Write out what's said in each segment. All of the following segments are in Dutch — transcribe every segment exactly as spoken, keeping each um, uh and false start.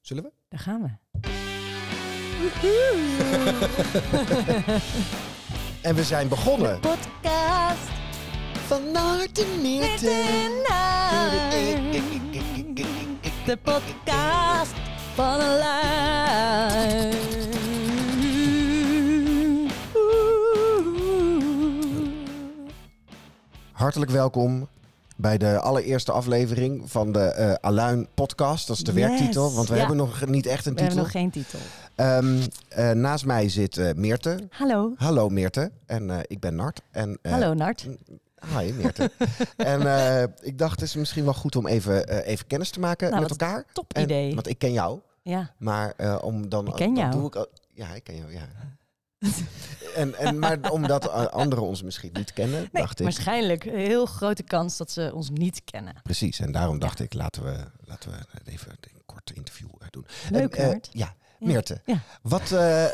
Zullen we? Daar gaan we. En we zijn begonnen. De podcast Van Nart en Meerte. De podcast van een lijn. Hartelijk welkom bij de allereerste aflevering van de uh, Aluin podcast. Dat is de Yes. werktitel, want we Ja. hebben nog niet echt een We titel. hebben nog geen titel. Um, uh, naast mij zit uh, Meerte. Hallo. Hallo Meerte. En uh, ik ben Nart. En, uh, Hallo Nart. Hi Meerte. En uh, ik dacht, het is misschien wel goed om even, uh, even kennis te maken Nou, met wat elkaar. Top En, idee. want ik ken jou. Ja. Maar uh, om dan... Ik ken dan jou. Doe ik al, ja, ik ken jou, ja. en, en, maar omdat uh, anderen ons misschien niet kennen, Nee, dacht ik... waarschijnlijk een heel grote kans dat ze ons niet kennen. Precies, en daarom dacht ik, laten we, laten we even een kort interview doen. Leuk, en, uh, Nart. Ja, Ja. Meerte. Ja. Wat, uh,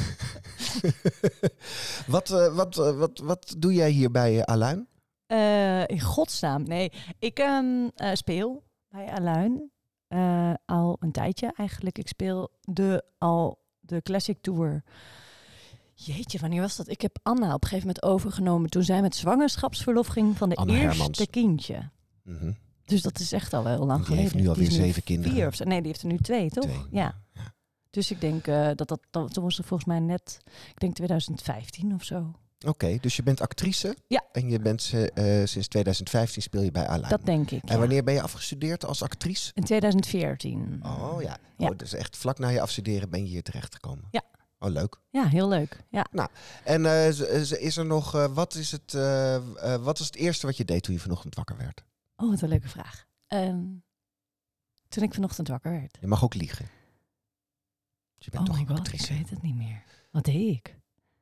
wat, uh, wat, uh, wat, wat doe jij hier bij uh, Aluin? Uh, in godsnaam, nee. Ik um, uh, speel bij Aluin uh, al een tijdje eigenlijk. Ik speel de, al de Classic Tour. Jeetje, wanneer was dat? Ik heb Anna op een gegeven moment overgenomen toen zij met zwangerschapsverlof ging van de Anna eerste Hermans. kindje. Mm-hmm. Dus dat is echt al wel heel lang Die geleden. heeft nu alweer Die is zeven kinderen. Vier of zo. Nee, die heeft er nu twee, toch? Twee, Ja. ja. Dus ik denk uh, dat dat, dat... Toen was er volgens mij net, ik denk twintig vijftien of zo. Oké, okay, dus je bent actrice. Ja. En je bent uh, sinds twintig vijftien speel je bij Aluin. Dat denk ik, En ja. wanneer ben je afgestudeerd als actrice? In twintig veertien. Oh ja. ja. Oh, dus echt vlak na je afstuderen ben je hier terechtgekomen. Ja. Oh, leuk. Ja, heel leuk. Ja. Nou, en uh, is er nog, uh, wat is het, uh, uh, wat is het eerste wat je deed toen je vanochtend wakker werd? Oh, wat een leuke vraag. Um, toen ik vanochtend wakker werd. Je mag ook liegen. Je bent oh toch my god, actrice. ik weet het niet meer. Wat deed ik?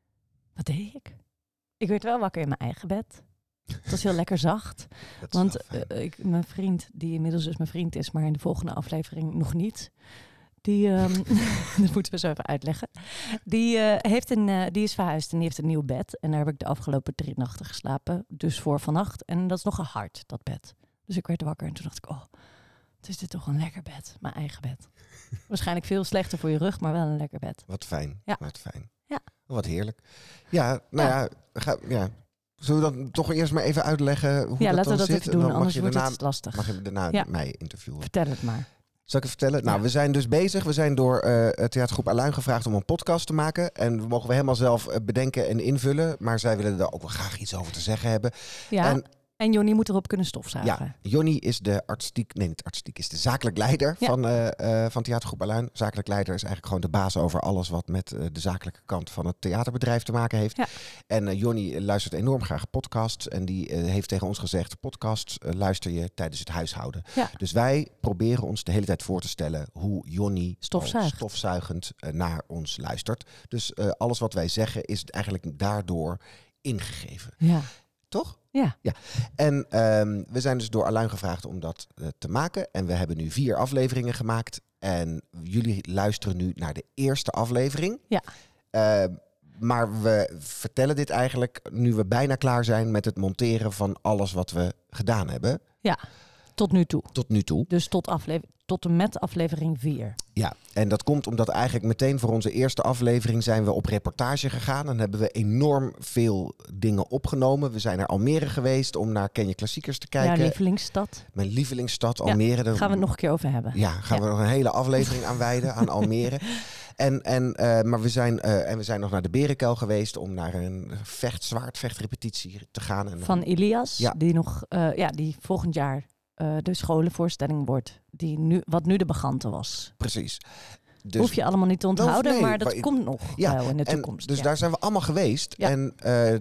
Wat deed ik? Ik werd wel wakker in mijn eigen bed. Het was heel lekker zacht. Want uh, ik, mijn vriend, die inmiddels dus mijn vriend is, maar in de volgende aflevering nog niet. Die, um, dat moeten we zo even uitleggen. Die, uh, heeft een, uh, die is verhuisd en die heeft een nieuw bed. En daar heb ik de afgelopen drie nachten geslapen. Dus voor vannacht. En dat is nogal hard, dat bed. Dus ik werd wakker en toen dacht ik, oh, het is dit toch een lekker bed. Mijn eigen bed. Waarschijnlijk veel slechter voor je rug, maar wel een lekker bed. Wat fijn. Ja. Wat fijn. Ja. Oh, wat heerlijk. Ja, nou ja, ja, ga, ja. Zullen we dan toch eerst maar even uitleggen hoe ja, dat laten dan we dat zit? even doen, dan anders mag wordt daarna, het lastig. Mag je daarna ja. mij interviewen? Vertel het maar. Zal ik het vertellen? Nou, ja. we zijn dus bezig. We zijn door uh, het theatergroep Aluin gevraagd om een podcast te maken. En we mogen we helemaal zelf uh, bedenken en invullen. Maar zij willen er ook wel graag iets over te zeggen hebben. Ja, en, en Jonny moet erop kunnen stofzuigen. Ja, Jonny is de artistiek, nee niet artistiek, is de zakelijk leider ja. van, uh, uh, van theatergroep Aluin. Zakelijk leider is eigenlijk gewoon de baas over alles wat met uh, de zakelijke kant van het theaterbedrijf te maken heeft. Ja. En uh, Jonny luistert enorm graag podcasts. En die uh, heeft tegen ons gezegd, podcasts uh, luister je tijdens het huishouden. Ja. Dus wij proberen ons de hele tijd voor te stellen hoe Jonny Stofzuigt. stofzuigend uh, naar ons luistert. Dus uh, alles wat wij zeggen is eigenlijk daardoor ingegeven. Ja. Toch? Ja. ja. En um, we zijn dus door Aluin gevraagd om dat uh, te maken. En we hebben nu vier afleveringen gemaakt. En jullie luisteren nu naar de eerste aflevering. Ja. Uh, maar we vertellen dit eigenlijk nu we bijna klaar zijn met het monteren van alles wat we gedaan hebben. Ja, tot nu toe. Tot nu toe. Dus tot, aflever- tot en met aflevering vier. Ja, en dat komt omdat eigenlijk meteen voor onze eerste aflevering zijn we op reportage gegaan. En hebben we enorm veel dingen opgenomen. We zijn naar Almere geweest om naar Ken je Klassiekers te kijken. Jouw lievelingsstad. Mijn lievelingsstad, Almere. Ja, daar gaan we het nog een keer over hebben. Ja, gaan ja. we nog een hele aflevering aan wijden aan Almere. En, en, uh, maar we zijn, uh, en we zijn nog naar de Berenkuil geweest om naar een vecht, zwaardvechtrepetitie te gaan. En van Ilias, ja. die, nog, uh, ja, die volgend jaar uh, de scholenvoorstelling wordt. Die nu, wat nu de Begante was. Precies. Dus, hoef je allemaal niet te onthouden, nee, maar dat maar, komt nog ja, wel in de en toekomst. Dus ja. daar zijn we allemaal geweest. Ja. En, uh,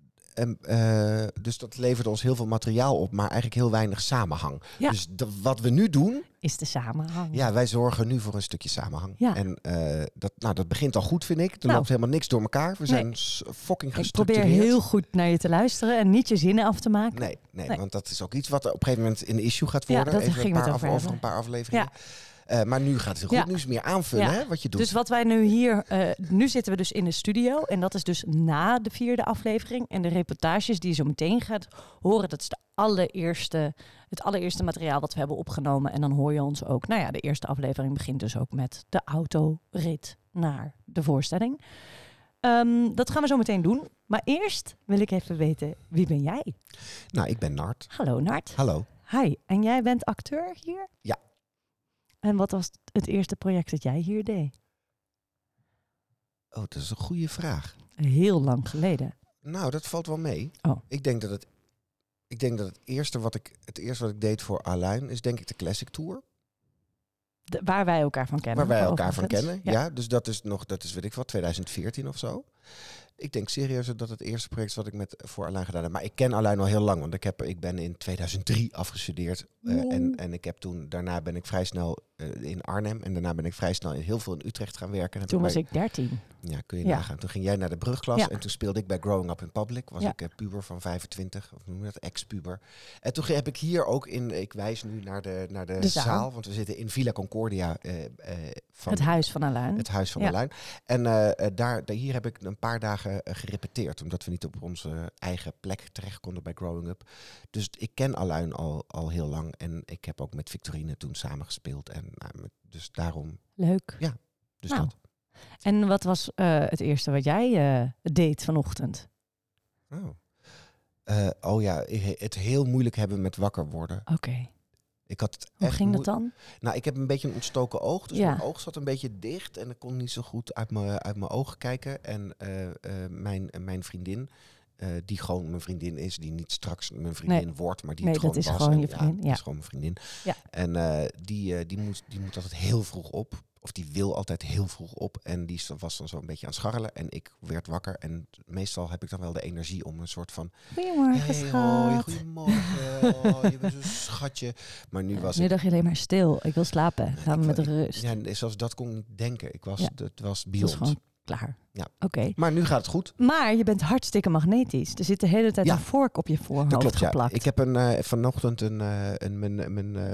en uh, dus dat leverde ons heel veel materiaal op, maar eigenlijk heel weinig samenhang. Ja. Dus de, wat we nu doen... is de samenhang. Ja, wij zorgen nu voor een stukje samenhang. Ja. En uh, dat, nou, dat begint al goed, vind ik. Er nou, loopt helemaal niks door elkaar. We zijn nee. fucking gestructureerd. Ik probeer heel goed naar je te luisteren en niet je zinnen af te maken. Nee, nee, nee. want dat is ook iets wat op een gegeven moment in de issue gaat worden. Ja, dat Even ging een paar het af, over over een paar afleveringen. Ja. Uh, maar nu gaat het heel goed. Ja. Nu is het meer aanvullen, ja. hè, wat je doet. Dus wat wij nu hier... Uh, nu zitten we dus in de studio. En dat is dus na de vierde aflevering. En de reportages die je zo meteen gaat horen... dat is de allereerste, het allereerste materiaal wat we hebben opgenomen. En dan hoor je ons ook... Nou ja, de eerste aflevering begint dus ook met de autorit naar de voorstelling. Um, dat gaan we zo meteen doen. Maar eerst wil ik even weten, wie ben jij? Nou, ik ben Nart. Hallo Nart. Hallo. Hi, en jij bent acteur hier? Ja. En wat was het eerste project dat jij hier deed? Oh, dat is een goede vraag. Heel lang geleden. Nou, dat valt wel mee. Oh. Ik denk dat het, ik denk dat het eerste wat ik, het eerste wat ik deed voor Aluin is denk ik de Classic Tour. De, waar wij elkaar van kennen. Waar wij elkaar van kennen, ja. ja. Dus dat is nog, dat is weet ik wat, twintig veertien of zo. Ik denk serieus dat het eerste project is wat ik met voor Aluin gedaan heb. Maar ik ken Aluin al heel lang, want ik, heb, ik ben in tweeduizend drie afgestudeerd. Uh, en, en ik heb toen, daarna ben ik vrij snel uh, in Arnhem. En daarna ben ik vrij snel in, heel veel in Utrecht gaan werken. Toen was bij, ik dertien. Ja, kun je ja. nagaan. Toen ging jij naar de brugklas ja. en toen speelde ik bij Growing Up in Public. Was ja. ik uh, puber van vijfentwintig, of noem je dat, ex-puber. En toen heb ik hier ook in, ik wijs nu naar de, naar de, de zaal. zaal. Want we zitten in Villa Concordia. Uh, uh, van, het huis van Aluin. Het huis van ja. Aluin. En uh, daar, de, hier heb ik een paar dagen uh, gerepeteerd. Omdat we niet op onze eigen plek terecht konden bij Growing Up. Dus ik ken Aluin al, al heel lang. En ik heb ook met Victorine toen samengespeeld. En nou, met, dus daarom... Leuk. Ja, dus nou. dat. En wat was uh, het eerste wat jij uh, deed vanochtend? Oh. Uh, oh ja, het heel moeilijk hebben met wakker worden. Oké. Okay. Ik had het Hoe echt ging dat moe- dan? Nou, ik heb een beetje een ontstoken oog. Dus ja. mijn oog zat een beetje dicht. En ik kon niet zo goed uit mijn, uit mijn ogen kijken. En uh, uh, mijn, mijn vriendin... Uh, die gewoon mijn vriendin is, die niet straks mijn vriendin nee. wordt, maar die nee, het gewoon dat is was. gewoon en, je vriendin. Ja, ja. dat is gewoon mijn vriendin. Ja. En uh, die, uh, die, moet, die moet altijd heel vroeg op. Of die wil altijd heel vroeg op. En die was dan zo een beetje aan het scharrelen. En ik werd wakker. En meestal heb ik dan wel de energie om een soort van... Goedemorgen, hey, schat. Hoi, goedemorgen. Oh, je bent zo'n schatje. Maar nu was nu ik... dacht je alleen maar stil. Ik wil slapen. Laat me met ik, rust. Ja, zelfs dat kon ik niet denken. Ik was, ja. Het was Dat beyond. was gewoon klaar. Ja. Oké. Okay. Maar nu gaat het goed. Maar je bent hartstikke magnetisch. Er zit de hele tijd ja. een vork op je voorhoofd dat klopt, geplakt. Ja. Ik heb een, uh, vanochtend een, uh, een, mijn, mijn uh,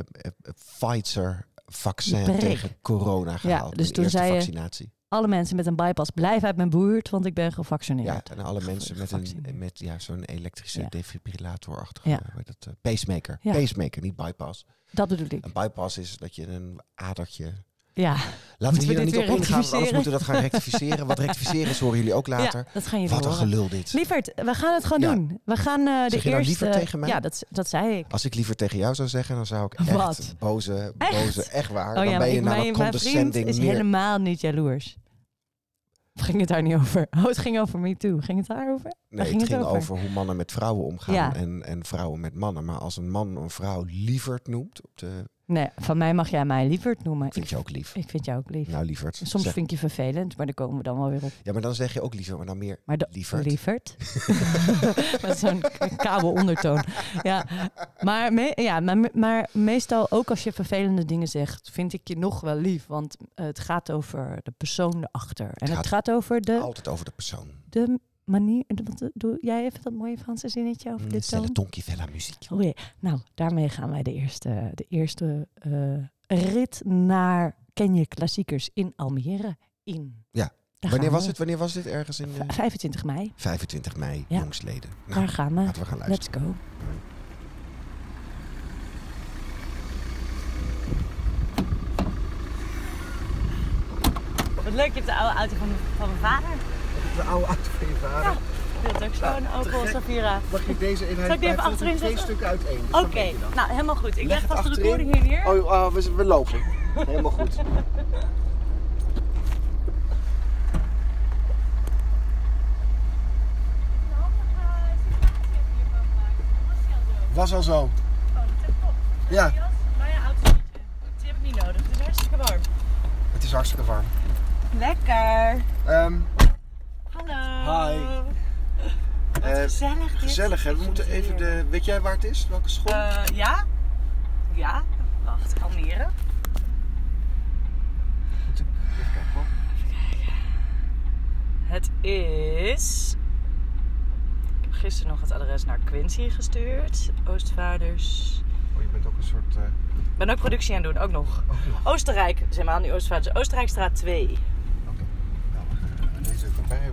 Pfizer-vaccin tegen corona gehaald. Ja, dus toen eerste zei vaccinatie. Je, alle mensen met een bypass, blijf uit mijn buurt, want ik ben gevaccineerd. Ja, en alle mensen met, een, met ja, zo'n elektrische ja. defibrillator-achtige ja. uh, dat, uh, pacemaker. Ja. Pacemaker, niet bypass. Dat bedoel ik. Een bypass is dat je een adertje... Ja. Laten we hier niet op ingaan, want anders moeten we dat gaan rectificeren. Wat rectificeren is, horen jullie ook later. Ja, dat gaan jullie Wat een horen. gelul dit. Lieverd, we gaan het gewoon ja. doen. We gaan uh, de zeg je eerste... nou liever tegen mij? Ja, dat, dat zei ik. Als ik liever tegen jou zou zeggen, dan zou ik echt Wat? boze, echt? boze, echt waar. Oh, dan ja, ben je ik, namelijk mijn, mijn vriend is meer... helemaal niet jaloers. Of ging het daar niet over? Oh, het ging over me too. Ging het daarover? Nee, ging het ging het over? over hoe mannen met vrouwen omgaan ja. en, en vrouwen met mannen. Maar als een man een vrouw lieverd noemt... Op de... Nee, van mij mag jij mij lieverd noemen. Vind ik, je ook lief? Ik vind jou ook lief. Nou, lieverd. Soms zeg... vind ik je vervelend, maar daar komen we dan wel weer op. Ja, maar dan zeg je ook liever, maar dan meer maar de... lieverd. Lieverd? Met zo'n kabel ondertoon. Ja, maar, me... ja maar, maar meestal ook als je vervelende dingen zegt, vind ik je nog wel lief. Want het gaat over de persoon erachter. En het gaat, het gaat over de... Altijd over de persoon. De manier... Wat, doe jij even dat mooie Franse zinnetje over mm, dit toon? toon? Donkey Vella muziek. Oh ja. Nou, daarmee gaan wij de eerste, de eerste uh, rit naar Ken je Klassiekers in Almere in. Ja. Daar Wanneer was het? Wanneer was dit ergens in? De... vijfentwintig mei. vijfentwintig mei, ja. Jongsleden. Nou, daar gaan we. Laten we gaan luisteren. Let's go. Wat leuk, je hebt de oude auto van, van mijn vader. De oude auto van je vader? Ja. Dat is ook zo'n ja, Opel Safira. Mag ik deze in? Zal ik die even achterin twee stukken uiteen. Dus Oké, okay. Nou helemaal goed. Ik leg, leg vast de recorder hier neer. Oh, uh, we, we lopen. Helemaal goed. Was al zo. Oh, dat is top. Ja. Maar ja, auto die heb ik niet nodig. Het is hartstikke warm. Het is hartstikke warm. Lekker. Um, Hallo. Hi. Wat uh, gezellig dit. Gezellig hè. We moeten even de... Weet jij waar het is? Welke school? Uh, ja. Ja. Wacht, Almere. Even kijken hoor. Even kijken. Het is... Ik heb gisteren nog het adres naar Quincy gestuurd. Oostvaarders. Oh, je bent ook een soort... Uh... Ik ben ook productie aan het doen, ook nog. Ook nog. Oostenrijk, zeg maar aan die Oostervaart. Dus Oostenrijkstraat twee. Oké, okay. Nou, we gaan deze even bij.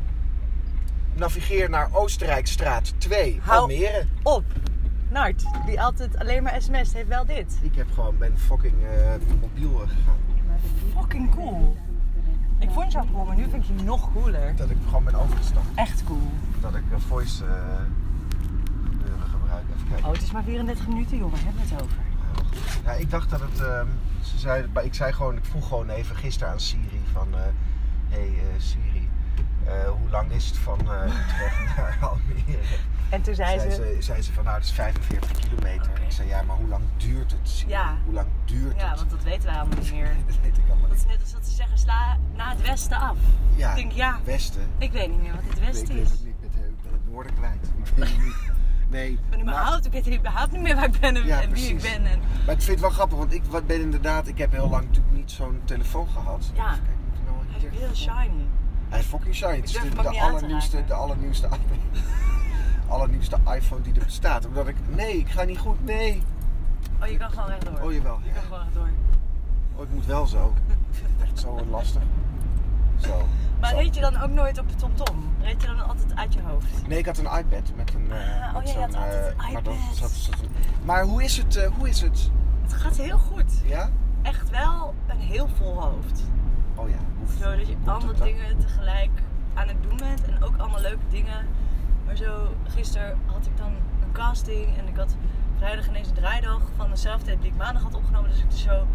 Navigeer naar Oostenrijkstraat twee, Hou Almere. Op! Nart, die altijd alleen maar sms't, heeft wel dit. Ik heb gewoon, ben fucking uh, mobiel uh, gegaan. Fucking cool. Ik vond jou cool, maar nu vind ik je nog cooler. Dat ik gewoon ben overgestapt. Echt cool. Dat ik uh, voice uh, deuren gebruik. Even kijken. Oh, het is maar vierendertig minuten, jongen. Hebben we het over? Ja, ik dacht dat het... Uh, ze zei, ik zei gewoon, ik vroeg gewoon even gisteren aan Siri van... Uh, hey uh, Siri, uh, hoe lang is het van uh, Utrecht naar Almere? En toen zei, zei ze... ze... Zei ze van, nou, het is vijfenveertig kilometer. Okay. Ik zei, ja, maar hoe lang duurt het, Siri? Ja. Hoe lang duurt het? Ja, want dat weten wij allemaal niet meer. Dat weet ik allemaal Dat niet. is net als dat ze zeggen, sla naar het westen af. Ja, ik denk, ja, westen. Ik weet niet meer wat het westen ik is. weet het niet, ik ben, ik ben het noorden kwijt. Ik weet het niet. Nee. Ik ben überhaupt, ik weet überhaupt niet meer waar ik ben en, Ja, en wie ik ben. En... Maar ik vind het wel grappig, want ik ben inderdaad, ik heb heel lang natuurlijk niet zo'n telefoon gehad. Ja, Even kijken, moet ik nou een hij is keer- heel shiny. Hij is fucking shiny. Het is durf de, hem ook de niet aan te allernieuwste, raken. de allernieuwste iPhone. allernieuwste iPhone die er bestaat. Omdat ik, nee, ik ga niet goed, nee. Oh, je kan gewoon rechtdoor. Oh, jawel. Je kan gewoon rechtdoor. Oh, ik moet wel zo. Ik vind het echt zo lastig. Zo. Maar zo. reed je dan ook nooit op de TomTom? Reed je dan altijd uit je hoofd? Nee, ik had een iPad met een... Uh, Ah, met oh ja, je had zo'n, altijd een uh, maar, dat iPad. zat, zat een... maar hoe is het? Uh, hoe is het? Het gaat heel goed. Ja? Echt wel een heel vol hoofd. Oh ja. Hoe, Zo dat je hoe allemaal komt het dan? dingen tegelijk aan het doen bent. En ook allemaal leuke dingen. Maar zo, gisteren had ik dan een casting. En ik had vrijdag ineens een draaidag van dezelfde tape die ik maandag had opgenomen. Dus ik dus zo...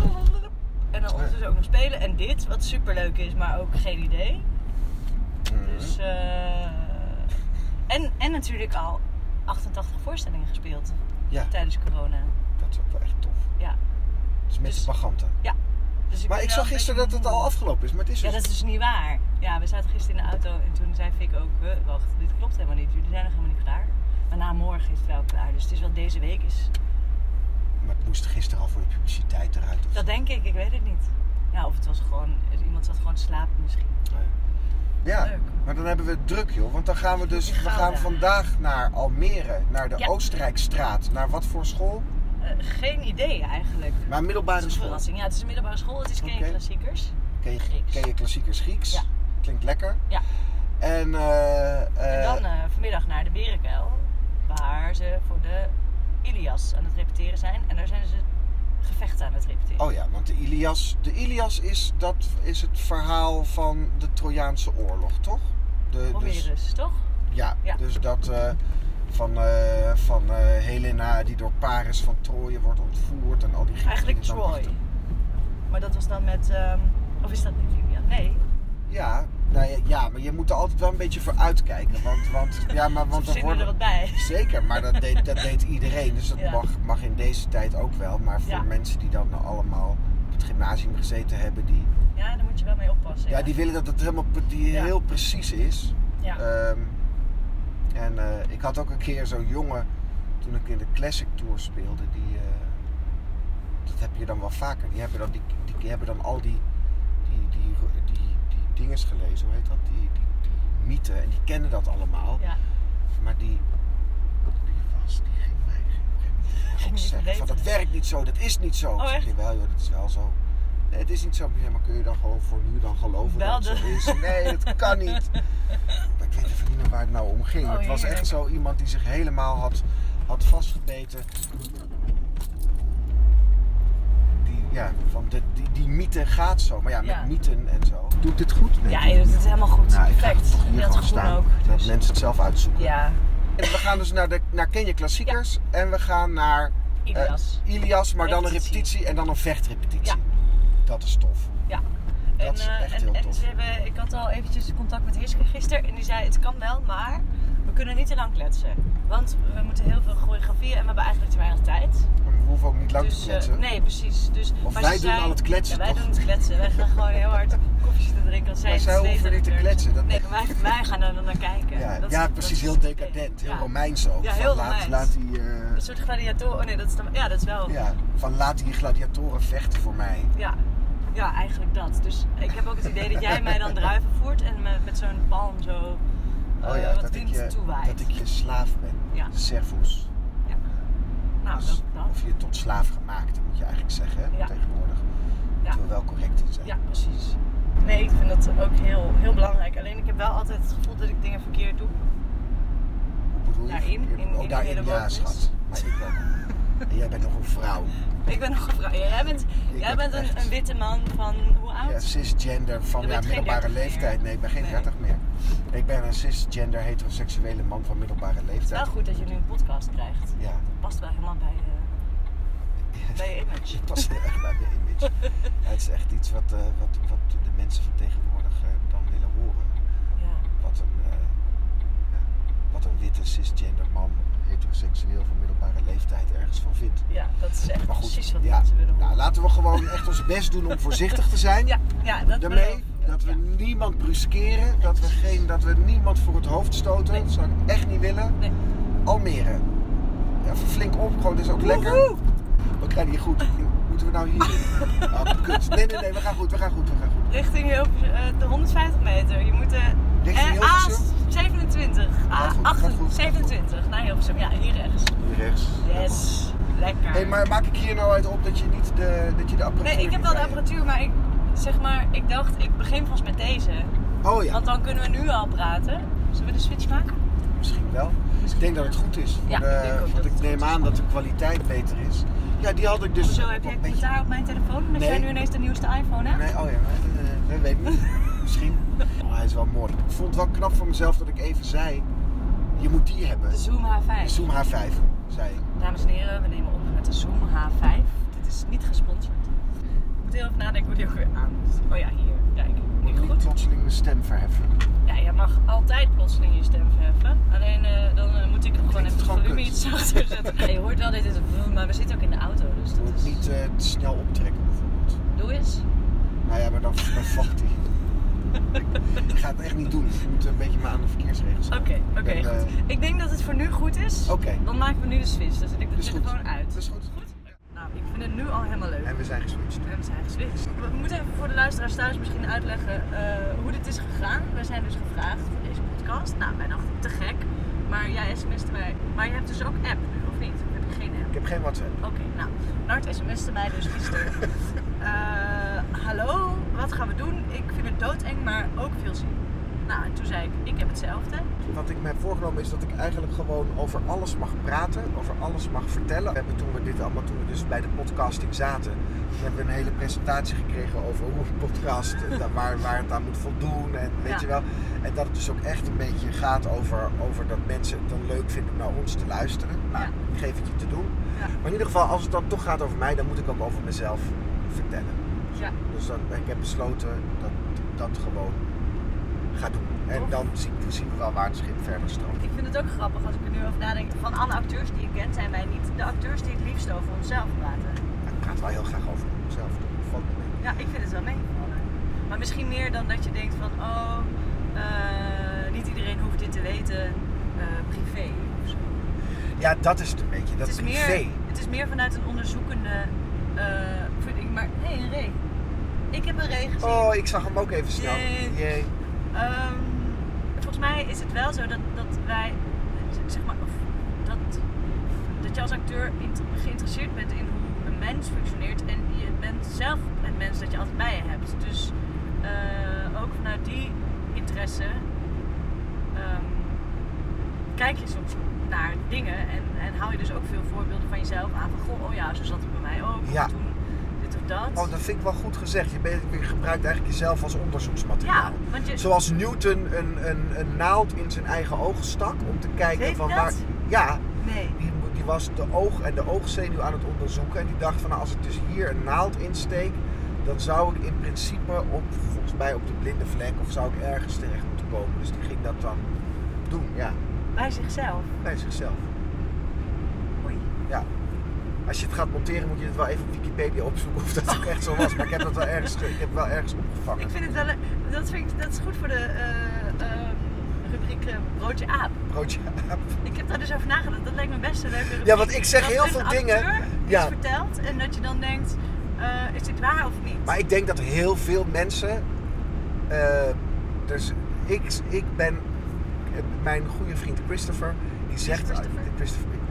En dan ondertussen ook nog spelen. En dit, wat super leuk is, maar ook geen idee. Mm. Dus, uh... en, en natuurlijk al achtentachtig voorstellingen gespeeld. Ja. Tijdens corona. Dat is ook wel echt tof. Ja. Dus met Dus- de Baganten. Ja. Dus Maar ben ik wel zag een gisteren dat beetje het al moe. afgelopen is, maar het is Ja, dus... dat is dus niet waar. Ja, we zaten gisteren in de auto en toen zei Fik ook, "Huh, wacht, dit klopt helemaal niet. Jullie zijn nog helemaal niet klaar. Maar na morgen is het wel klaar. Dus het is wel deze week is. Maar het moest gisteren al voor de publiciteit eruit. Of Dat denk ik, ik weet het niet. Ja, of het was gewoon, iemand zat gewoon te slapen misschien. Ja, Leuk. maar dan hebben we het druk, joh. Want dan gaan we dus, we Gouda. gaan vandaag naar Almere, naar de Ja. Oostenrijkstraat. Naar wat voor school? Uh, geen idee eigenlijk. Maar Het middelbare is een school. verrassing. Ja, het is een middelbare school. Het is Ken je Oké. klassiekers. Ken je, Grieks. ken je klassiekers Grieks? Ja. Klinkt lekker. Ja. En, eh, En eh, dan uh, vanmiddag naar de Berenkuil. Waar ze voor de Ilias aan het repeteren zijn. En daar zijn ze gevechten aan het repeteren. oh ja, want de Ilias, de Ilias is, dat is het verhaal van de Trojaanse oorlog, toch? De, dus, Homerus, toch? ja, Ja. dus dat eh, van, eh, van eh, Helena die door Paris van Troje wordt ontvoerd en al die Grieken Eigenlijk die dan Troy. achter- Maar dat was dan met... Um, of is dat niet Ilias? Nee. Ja, nou ja, ja, maar je moet er altijd wel een beetje voor uitkijken. Want, want, ja, maar, want Ze dan verzinnen er worden... wat bij. Zeker, maar dat deed, dat deed iedereen. Dus dat Ja. mag, mag in deze tijd ook wel. Maar voor Ja. mensen die dan allemaal op het gymnasium gezeten hebben, die, Ja, daar moet je wel mee oppassen. ja, die willen dat het helemaal pre- die Ja. heel precies is. Ja. Ehm, en eh, ik had ook een keer zo'n jongen, toen ik in de Classic Tour speelde, die, eh, dat heb je dan wel vaker. Die hebben dan, die, die, die hebben dan al die, die, die, die, die dinges gelezen, hoe heet dat? Die, die, die mythen, en die kennen dat allemaal. Ja. Maar die, die was, die ging mij Ging ook niet zeggen van, verbeteren. dat werkt niet zo, dat is niet zo. Oh, Ik zeg echt? je wel, joh, dat is wel zo. Nee, het is niet zo. Ja, maar kun je dan gewoon voor nu dan geloven Wel dat het de- zo is? Nee, dat kan niet. Maar ik weet even niet meer waar het nou om ging. Oh, het was heerlijk. echt zo iemand die zich helemaal had, had vastgebeten. Die, ja, van de, die, die mythe gaat zo. Maar ja, met Ja. mythen en zo. Doe ik dit goed? Nee, Ja, doe je ik doet het helemaal goed. Nou, ik ga Perfect. het hier Je had gewoon groen staan. ook. Dat Dus. mensen het zelf uitzoeken. Ja. En we gaan dus naar, de, naar Ken je Klassiekers. En we gaan naar eh, Ilias. Ilias, maar dan een Repetitie. repetitie en dan een vechtrepetitie. Ja. Dat is tof. Ja. Dat En, is uh, echt en, heel en tof. ze hebben, ik had al eventjes contact met Hiske gisteren en die zei het kan wel, maar we kunnen niet te lang kletsen. Want we moeten heel veel choreografieën en we hebben eigenlijk te weinig tijd. Maar we hoeven ook niet lang Dus, te uh, kletsen. nee, precies. Dus, Of maar wij ze doen zei- al het kletsen, Ja, wij toch? doen het kletsen. Wij gaan gewoon heel hard koffie zitten drinken. Als zij Maar zij het hoeven sleet niet te en de kletsen, dat- Nee, maar wij, wij gaan er dan naar kijken. Ja, Dat ja is- dat precies. is Heel het idee. decadent. Heel Ja. Romeins ook. Ja, Van heel laat, Romeins. laat die, uh, Een soort gladiatoren. Oh nee, dat is dan, ja, dat is wel. ja, van laat die gladiatoren vechten voor mij. Ja, ja, eigenlijk dat. Dus ik heb ook het idee dat jij mij dan druiven voert en me met zo'n palm zo uh, Oh ja, wat dat ik, wind je, toewaait. dat ik je slaaf ben. Ja. De servus. Nou, nou, dus, dat, dat. Of je tot slaaf gemaakt, moet je eigenlijk zeggen, hè, Ja. tegenwoordig. Ja. Moeten we wel correct in zijn. Ja, precies. Nee, ik vind dat ook heel, heel belangrijk. Alleen ik heb wel altijd het gevoel dat ik dingen verkeerd doe. Hoe bedoel je? Daarin, in- in oh, die daarin, hele ja, woordjes. schat. Maar ik wel. En jij bent nog een vrouw. Ik ben nog een vrouw. Ja, jij bent, Ik jij heb bent een, echt- een witte man van hoe oud? Ja, cisgender van Je ja, bent geen middelbare dertig meer. leeftijd. Nee, ik ben geen Nee. dertig meer. Ik ben een cisgender heteroseksuele man van middelbare Het is leeftijd. wel goed dat je nu een podcast krijgt. Ja, Dat past wel helemaal bij, uh, bij je image. het past heel erg bij mijn image. Ja, het is echt iets wat, uh, wat, wat de mensen van tegenwoordig uh, dan willen horen. Ja. Wat een, uh, ja, wat een witte cisgender man, heteroseksueel van middelbare leeftijd ergens van vindt. ja, dat is echt Maar goed, precies wat ja, mensen willen horen. nou, laten we gewoon echt ons best doen om voorzichtig te zijn. Ja, ja, dat Daarmee beloof ik. dat we Ja. niemand bruskeren, dat we, geen, dat we niemand voor het hoofd stoten. Nee. Dat zou ik echt niet willen. Nee. Almere. Ja, even flink op, gewoon, dit is ook lekker. Woehoe! We krijgen hier goed. Moeten we nou hier? Oh, kut. Nee, nee, nee, we gaan goed, we gaan goed, we gaan goed. Richting Hilversum, uh, de honderdvijftig meter. Je moet uh, Richting eh, A Hilversum? zevenentwintig. Gaat goed, A gaat goed, gaat goed. zevenentwintig naar Hilversum. Ja, hier rechts. Hier rechts. Yes. Lekker. Hé, hey, maar maak ik hier nou uit op dat je niet de, dat je de apparatuur... Nee, ik heb wel de niet bij je apparatuur, maar ik zeg maar, ik dacht, ik begin vast met deze. hebt? Oh ja, Want dan kunnen we nu al praten. Zullen we de switch maken? misschien wel. Ik denk dat het goed is. Voor Ja, de, ik denk ook want dat ik het neem goed is. aan dat de kwaliteit beter is. Ja, die had ik dus... Zo, heb jij een beetje- commentaar op mijn telefoon? Dat Nee. jij nu ineens de nieuwste iPhone hebt? Nee, oh ja, nee, nee, weet ik niet. Misschien. Oh, hij is wel mooi. Ik vond het wel knap van mezelf dat ik even zei, je moet die hebben. De Zoom H De vijf. Zoom H vijf, zei ik. Dames en heren, we nemen op met de Zoom H vijf. Dit is niet gesponsord. Ik moet heel even nadenken hoe die ook weer aan moet. Oh ja, hier. Kijk. Ik Nu moet niet goed. plotseling mijn stem verheffen. Ja, je mag altijd plotseling je stem verheffen. Alleen uh, dan uh, moet ik hem gewoon Klinkt even het het gewoon volume kut? iets zachter zetten. Ja, je hoort wel dit is een maar we zitten ook in de auto, dus Ik dat moet is... niet uh, te snel optrekken bijvoorbeeld. Doe eens. Nou ja, maar dan, dan valt hij. Ik ga het echt niet doen. Ik moet een beetje maar aan de verkeersregels Oké, houden. oké, Ik ben, goed. eh, Ik denk dat het voor nu goed is. Oké, Dan maken we nu de switch. Dan zet ik de dat is goed. telefoon uit. Dat is goed. Goed? Nou, ik vind het nu al helemaal leuk. En we zijn geswitcht. En we zijn geswitcht. We moeten even voor de luisteraars thuis misschien uitleggen uh, hoe dit is gegaan. We zijn dus gevraagd voor deze podcast. Nou, wij dachten te gek. Maar jij sms'te mij. Maar je hebt dus ook app nu, of niet? Of heb je geen app? Ik heb geen WhatsApp. Oké, okay, nou. Nart sms'te mij dus gisteren. uh, hallo, wat gaan we doen? Ik vind het doodeng, maar ook veel zin. Nou, en toen zei ik, ik heb hetzelfde. Wat ik me heb voorgenomen is dat ik eigenlijk gewoon over alles mag praten, over alles mag vertellen. We hebben toen we dit allemaal, toen we dus bij de podcasting zaten, toen hebben we een hele presentatie gekregen over hoe een podcast, waar, waar het aan moet voldoen en weet Ja. je wel. En dat het dus ook echt een beetje gaat over, over dat mensen het dan leuk vinden om naar ons te luisteren. Nou, Ja. ik geef het je te doen. Ja. Maar in ieder geval, als het dan toch gaat over mij, dan moet ik ook over mezelf vertellen. Ja. Dus dan, ik heb besloten dat ik dat gewoon ga doen. En Tof. dan zien, zien we wel waar het schip verder stroomt. Ik vind het ook grappig als ik er nu over nadenk. Van alle acteurs die ik ken, zijn wij niet de acteurs die het liefst over onszelf praten. Ja, ik praat wel heel graag over mezelf. Dat valt me mee. Ja, ik vind het wel meevallen. Maar misschien meer dan dat je denkt van, oh, uh, niet iedereen hoeft dit te weten, uh, privé of zo. Ja, dat is het een beetje. Dat het, is privé. meer, het is meer vanuit een onderzoekende, uh, vind ik, maar hé, hey, een ree. Ik heb een ree gezien. Oh, ik zag hem ook even snel. Jee. Jee. Um, volgens mij is het wel zo dat, dat wij, zeg maar, of dat, dat je als acteur geïnteresseerd bent in hoe een mens functioneert en je bent zelf het mens dat je altijd bij je hebt. Dus uh, ook vanuit die interesse um, kijk je soms naar dingen en, en hou je dus ook veel voorbeelden van jezelf aan van goh, oh ja, zo zat het bij mij ook. Ja. Of toen dit of dat. Oh, dat vind ik wel goed gezegd. Je, bent, je gebruikt eigenlijk jezelf als onderzoeksmateriaal. Ja, want je... Zoals Newton een, een, een naald in zijn eigen oog stak om te kijken Weet je van dat? waar... Ja, Nee. die, die was de oog en de oogzenuw aan het onderzoeken. En die dacht van nou, als ik dus hier een naald insteek, dan zou ik in principe op, volgens mij op de blinde vlek of zou ik ergens terecht moeten komen. Dus die ging dat dan doen, ja. Bij zichzelf. Bij zichzelf. Oei. Ja. Als je het gaat monteren moet je het wel even op Wikipedia opzoeken of dat ook echt zo was. Maar ik heb dat wel ergens, ik heb het wel ergens opgevangen. Ik vind het wel, dat, vind ik, dat is goed voor de uh, uh, rubriek uh, Broodje Aap. Broodje aap. Ik heb daar dus over nagedacht, dat lijkt me best een leuke rubriek. Ja, want ik zeg dat heel een veel acteur dingen. iets Ja. vertelt en dat je dan denkt, uh, is dit waar of niet? Maar ik denk dat heel veel mensen... Uh, dus ik, ik ben... Mijn goede vriend Christopher, die zegt... Christopher? Uh, Christopher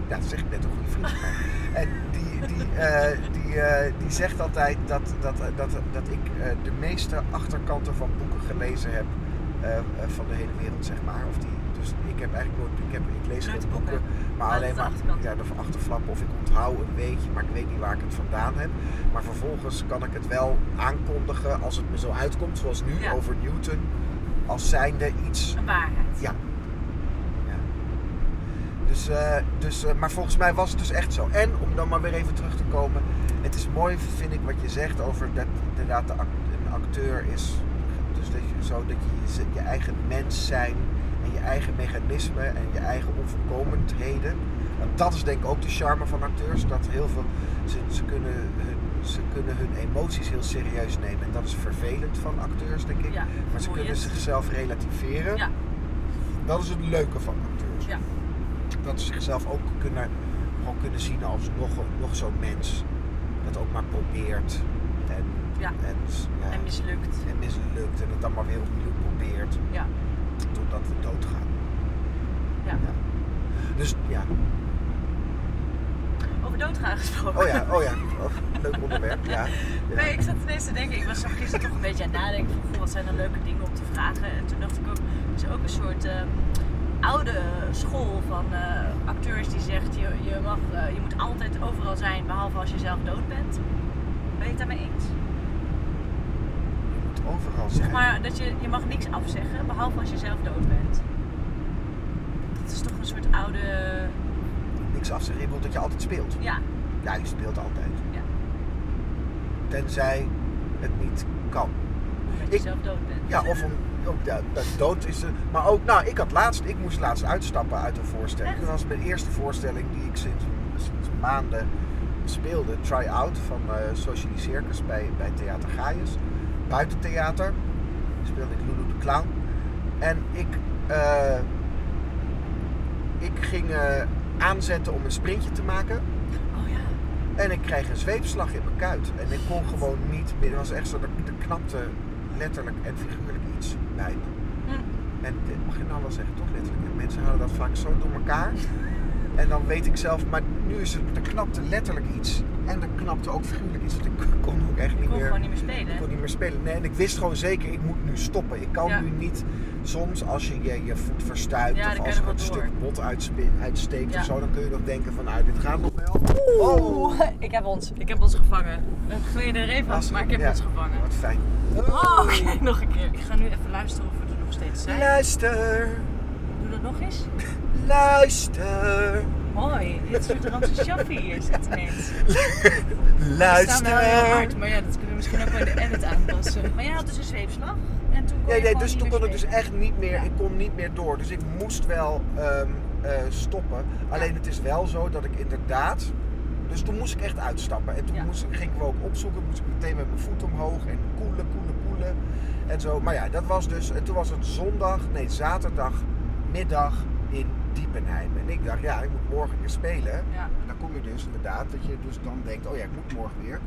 ja, dat zeg ik net, een goede vriend van mij. En die, die, uh, die, uh, die zegt altijd dat, dat, dat, dat ik uh, de meeste achterkanten van boeken gelezen heb uh, uh, van de hele wereld, zeg maar. Of die, dus ik heb eigenlijk nooit, ik, heb, ik lees geen boeken, maar alleen maar ja, de achterflappen of ik onthoud een beetje, maar ik weet niet waar ik het vandaan heb. Maar vervolgens kan ik het wel aankondigen als het me zo uitkomt, zoals nu ja. over Newton, als zijnde iets... Een waarheid. Ja. ja. Dus, uh, dus, uh, maar volgens mij was het dus echt zo. En om dan maar weer even terug te komen, het is mooi, vind ik, wat je zegt over dat inderdaad de act, een acteur is, dus dat je, zo dat je je eigen mens zijn en je eigen mechanismen en je eigen onvolkomenheden. Want dat is denk ik ook de charme van acteurs, dat heel veel, ze, ze, kunnen hun, ze kunnen hun emoties heel serieus nemen en dat is vervelend van acteurs, denk ik. Ja, maar ze kunnen zichzelf relativeren. Ja. Dat is het leuke van acteurs. Ja. Dat ze zichzelf ook kunnen, gewoon kunnen zien als nog, nog zo'n mens dat ook maar probeert. En, ja. en, ja, en mislukt. En mislukt en het dan maar weer opnieuw probeert. Ja. Totdat we doodgaan. Ja. ja. Dus ja. Over doodgaan gesproken. Oh ja, oh ja. Oh, leuk onderwerp, ja. ja. Nee, ik zat ineens te denken, ik was zo gisteren toch een beetje aan het nadenken van, goh, wat zijn er leuke dingen om te vragen. En toen dacht ik ook, het is ook een soort uh, oude school van uh, acteurs die zegt, je, je, mag, uh, je moet altijd overal zijn, behalve als je zelf dood bent. Ben je het daarmee eens? Je moet overal zijn. Zeg maar dat je, je mag niks afzeggen, behalve als je zelf dood bent. Dat is toch een soort oude... Niks afzeggen, je bedoelt dat je altijd speelt? Ja. Ja, je speelt altijd. Ja. Tenzij het niet kan. Omdat je ik, zelf dood bent. Ja, of om, ook ja, dood is er. Maar ook, nou, ik had laatst, ik moest laatst uitstappen uit een voorstelling. Echt? Dat was mijn eerste voorstelling die ik sinds, sinds maanden speelde. Try-out van uh, Socialicircus bij, bij Theater Gaius. Buitentheater. Speelde ik Lulu de Clown. En ik, uh, ik ging uh, aanzetten om een sprintje te maken. Oh ja. En ik kreeg een zweepslag in mijn kuit. En ik kon gewoon niet meer. Het was echt zo, er knapte letterlijk en figuurlijk iets bij me. Hm. En dit mag je nou wel zeggen, toch letterlijk. En mensen houden dat vaak zo door elkaar. En dan weet ik zelf, maar nu is het, er knapte letterlijk iets. En er knapte ook figuurlijk iets. Want ik kon ook echt niet kon meer... gewoon niet meer spelen. Ik kon niet meer spelen. Nee, en ik wist gewoon zeker, ik moet nu stoppen. Ik kan ja. nu niet... Soms als je je, je voet verstuikt ja, of als er een door. stuk bot uitspin, uitsteekt ja. of zo, dan kun je nog denken van, nou, dit gaat nog wel. Oeh, oh. ik heb ons, ik heb ons gevangen. We hebben geleden er even af, maar ik heb ja. ons gevangen. Wat fijn. Oh, oké, okay, nog een keer. Ik ga nu even luisteren of we er nog steeds zijn. Luister. Doe dat nog eens. Luister. Mooi, dit soort Ramse Shaffi hier zit ineens. Luister. We staan wel heel hard, maar ja, dat kunnen we misschien ook wel in de edit aanpassen. Maar jij had dus een zweepslag en toen kon nee, je nee, dus toen kon spelen. ik dus echt niet meer, ja. ik kon niet meer door. Dus ik moest wel um, uh, stoppen. Alleen ja. het is wel zo dat ik inderdaad, dus toen moest ik echt uitstappen. En toen ja. moest, ging ik me ook opzoeken, moest ik meteen met mijn voet omhoog en koelen, koelen, koelen en zo. Maar ja, dat was dus, en toen was het zondag, nee zaterdagmiddag in Diepenheim. En ik dacht, ja, ik moet morgen weer spelen. Ja. En dan kom je dus inderdaad, dat je dus dan denkt, oh ja, ik moet morgen weer.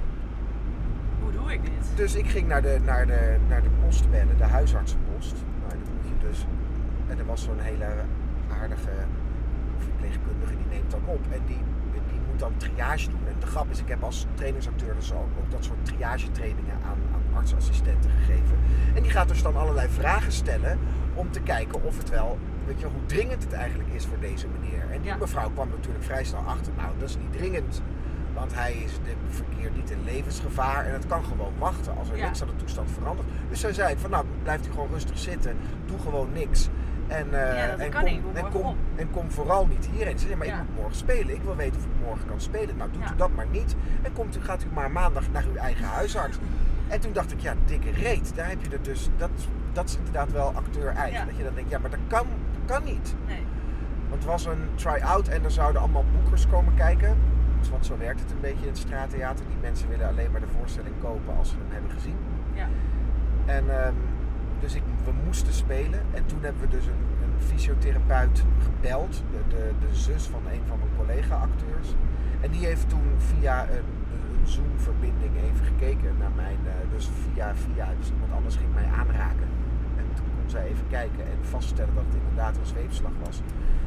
Hoe doe ik dit? Dus ik ging naar de, naar de, naar de post bellen, de huisartsenpost. Nou, dan moet je dus, en er was zo'n hele aardige verpleegkundige, die neemt dan op. En die, die moet dan triage doen. En de grap is, ik heb als trainingsacteur dus ook, ook dat soort triagetrainingen aan, aan artsassistenten gegeven. En die gaat dus dan allerlei vragen stellen om te kijken of het wel, weet je, hoe dringend het eigenlijk is voor deze meneer. En die ja. mevrouw kwam natuurlijk vrij snel achter, nou, dat is niet dringend. Want hij is de verkeer niet in levensgevaar en het kan gewoon wachten als er ja. niks aan de toestand verandert. Dus zij zei van, nou, blijft u gewoon rustig zitten, doe gewoon niks. En, uh, ja, en, kom, niet, en, kom, en kom vooral niet hierheen. Ze zei, maar ja. ik moet morgen spelen, ik wil weten of ik morgen kan spelen. Nou, doet ja. u dat maar niet en komt u, gaat u maar maandag naar uw eigen huisarts. En toen dacht ik, ja, dikke reet, daar heb je er dus, dat, dat is inderdaad wel acteur-eigen. Ja. Dat je dan denkt, ja, maar dat kan, dat kan niet. Nee. Want het was een try-out en er zouden allemaal boekers komen kijken. Want zo werkt het een beetje in het straattheater. Die mensen willen alleen maar de voorstelling kopen als ze hem hebben gezien. Ja. En um, dus ik, we moesten spelen. En toen hebben we dus een, een fysiotherapeut gebeld. De, de, de zus van een van mijn collega-acteurs. En die heeft toen via een, een Zoom-verbinding even gekeken naar mijn... Uh, dus via, via, dus iemand anders ging mij aanraken. En toen kon zij even kijken en vaststellen dat het inderdaad een zweepslag was.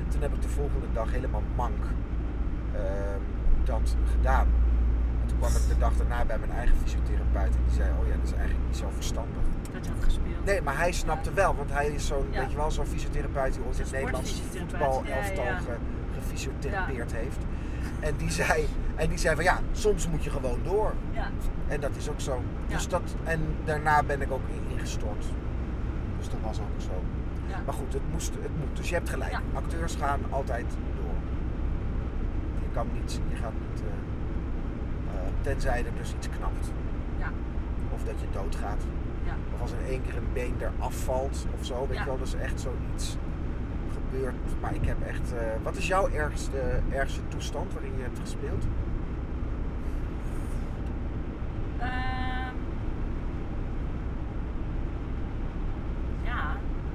toen heb ik de volgende dag helemaal mank uh, dat gedaan. En toen kwam ik de dag daarna bij mijn eigen fysiotherapeut en die zei, oh ja, dat is eigenlijk niet zo verstandig. Dat je had gespeeld. Nee, maar hij snapte ja. wel, want hij is zo'n, ja. weet je wel, zo'n fysiotherapeut die ons in het Nederlands voetbalelftal ja, ja. ge, gefysiotherapeerd ja. heeft. En die, zei, en die zei van ja, soms moet je gewoon door. Ja. En dat is ook zo. Ja. Dus dat, en daarna ben ik ook ingestort. Dus dat was ook zo. Ja. Maar goed, het, moest, het moet. Dus je hebt gelijk. Ja. Acteurs gaan altijd door. Je kan niet, je gaat niet, uh, uh, tenzij er dus iets knapt. Ja. Of dat je doodgaat. Ja. Of als in één keer een been eraf valt of zo. Weet ja. je wel, dat is echt zoiets gebeurd. Maar ik heb echt... Uh, wat is jouw ergste, ergste toestand waarin je hebt gespeeld? Uh, ja.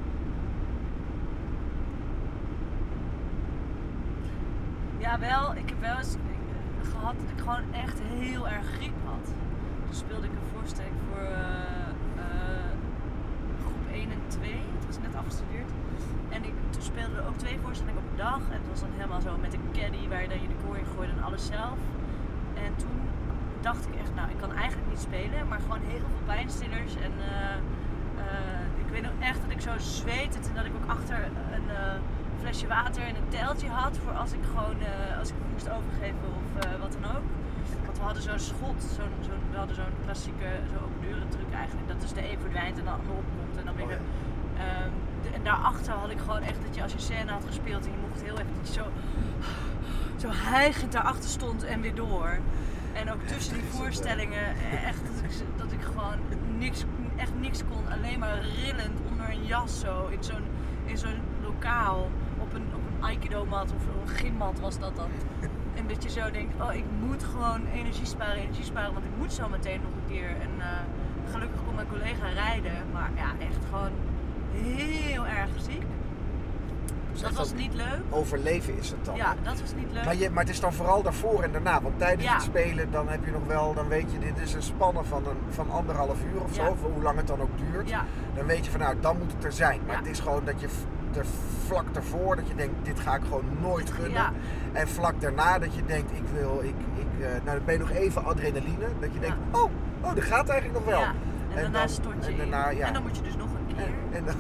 Ja, wel. Ik heb wel eens uh, gehad dat ik gewoon echt heel erg griep had. Toen speelde ik een voorstelling voor uh, uh, groep één en twee. Toen was ik net afgestudeerd. En ik, toen speelden we ook twee voorstellingen op een dag. En het was dan helemaal zo met een caddy waar je dan je de kooi in gooide en alles zelf. En toen dacht ik echt, nou ik kan eigenlijk niet spelen, maar gewoon heel veel pijnstillers. En uh, uh, ik weet nog echt dat ik zo zweette en dat ik ook achter een uh, flesje water en een teltje had voor als ik gewoon, uh, als ik me moest overgeven of uh, wat dan ook. Want we hadden zo'n schot, zo'n, zo'n, we hadden zo'n klassieke, zo'n open deuren truc eigenlijk. Dat is de een verdwijnt en de ander opkomt en dan ben ik... Oh, ja. um, En daarachter had ik gewoon echt dat je als je scène had gespeeld en je mocht heel even dat je zo, zo hijgend daarachter stond en weer door. En ook tussen die voorstellingen echt dat ik, dat ik gewoon niks, echt niks kon, alleen maar rillend onder een jas zo in zo'n, in zo'n lokaal op een, op een aikido mat of een gymmat was dat dan. En dat je zo denkt, oh ik moet gewoon energie sparen, energie sparen, want ik moet zo meteen nog een keer. En uh, gelukkig kon mijn collega rijden, maar ja echt gewoon heel erg ziek. Dus dat was niet leuk. Overleven is het dan. Ja, dat was niet leuk. Maar, je, maar het is dan vooral daarvoor en daarna. Want tijdens ja. het spelen dan heb je nog wel, dan weet je, dit is een spanne van, een, van anderhalf uur of zo. Ja. Of hoe lang het dan ook duurt. Ja. Dan weet je van nou, dan moet het er zijn. Maar ja. het is gewoon dat je er vlak daarvoor dat je denkt, dit ga ik gewoon nooit gunnen. Ja. En vlak daarna dat je denkt, ik wil, ik, ik, uh, nou dan ben je nog even adrenaline. Dat je denkt, ja. oh, oh, dat gaat eigenlijk nog wel. Ja. En, en daarna dan, stort je en, daarna, ja. en dan moet je dus nog een keer. En, en dan...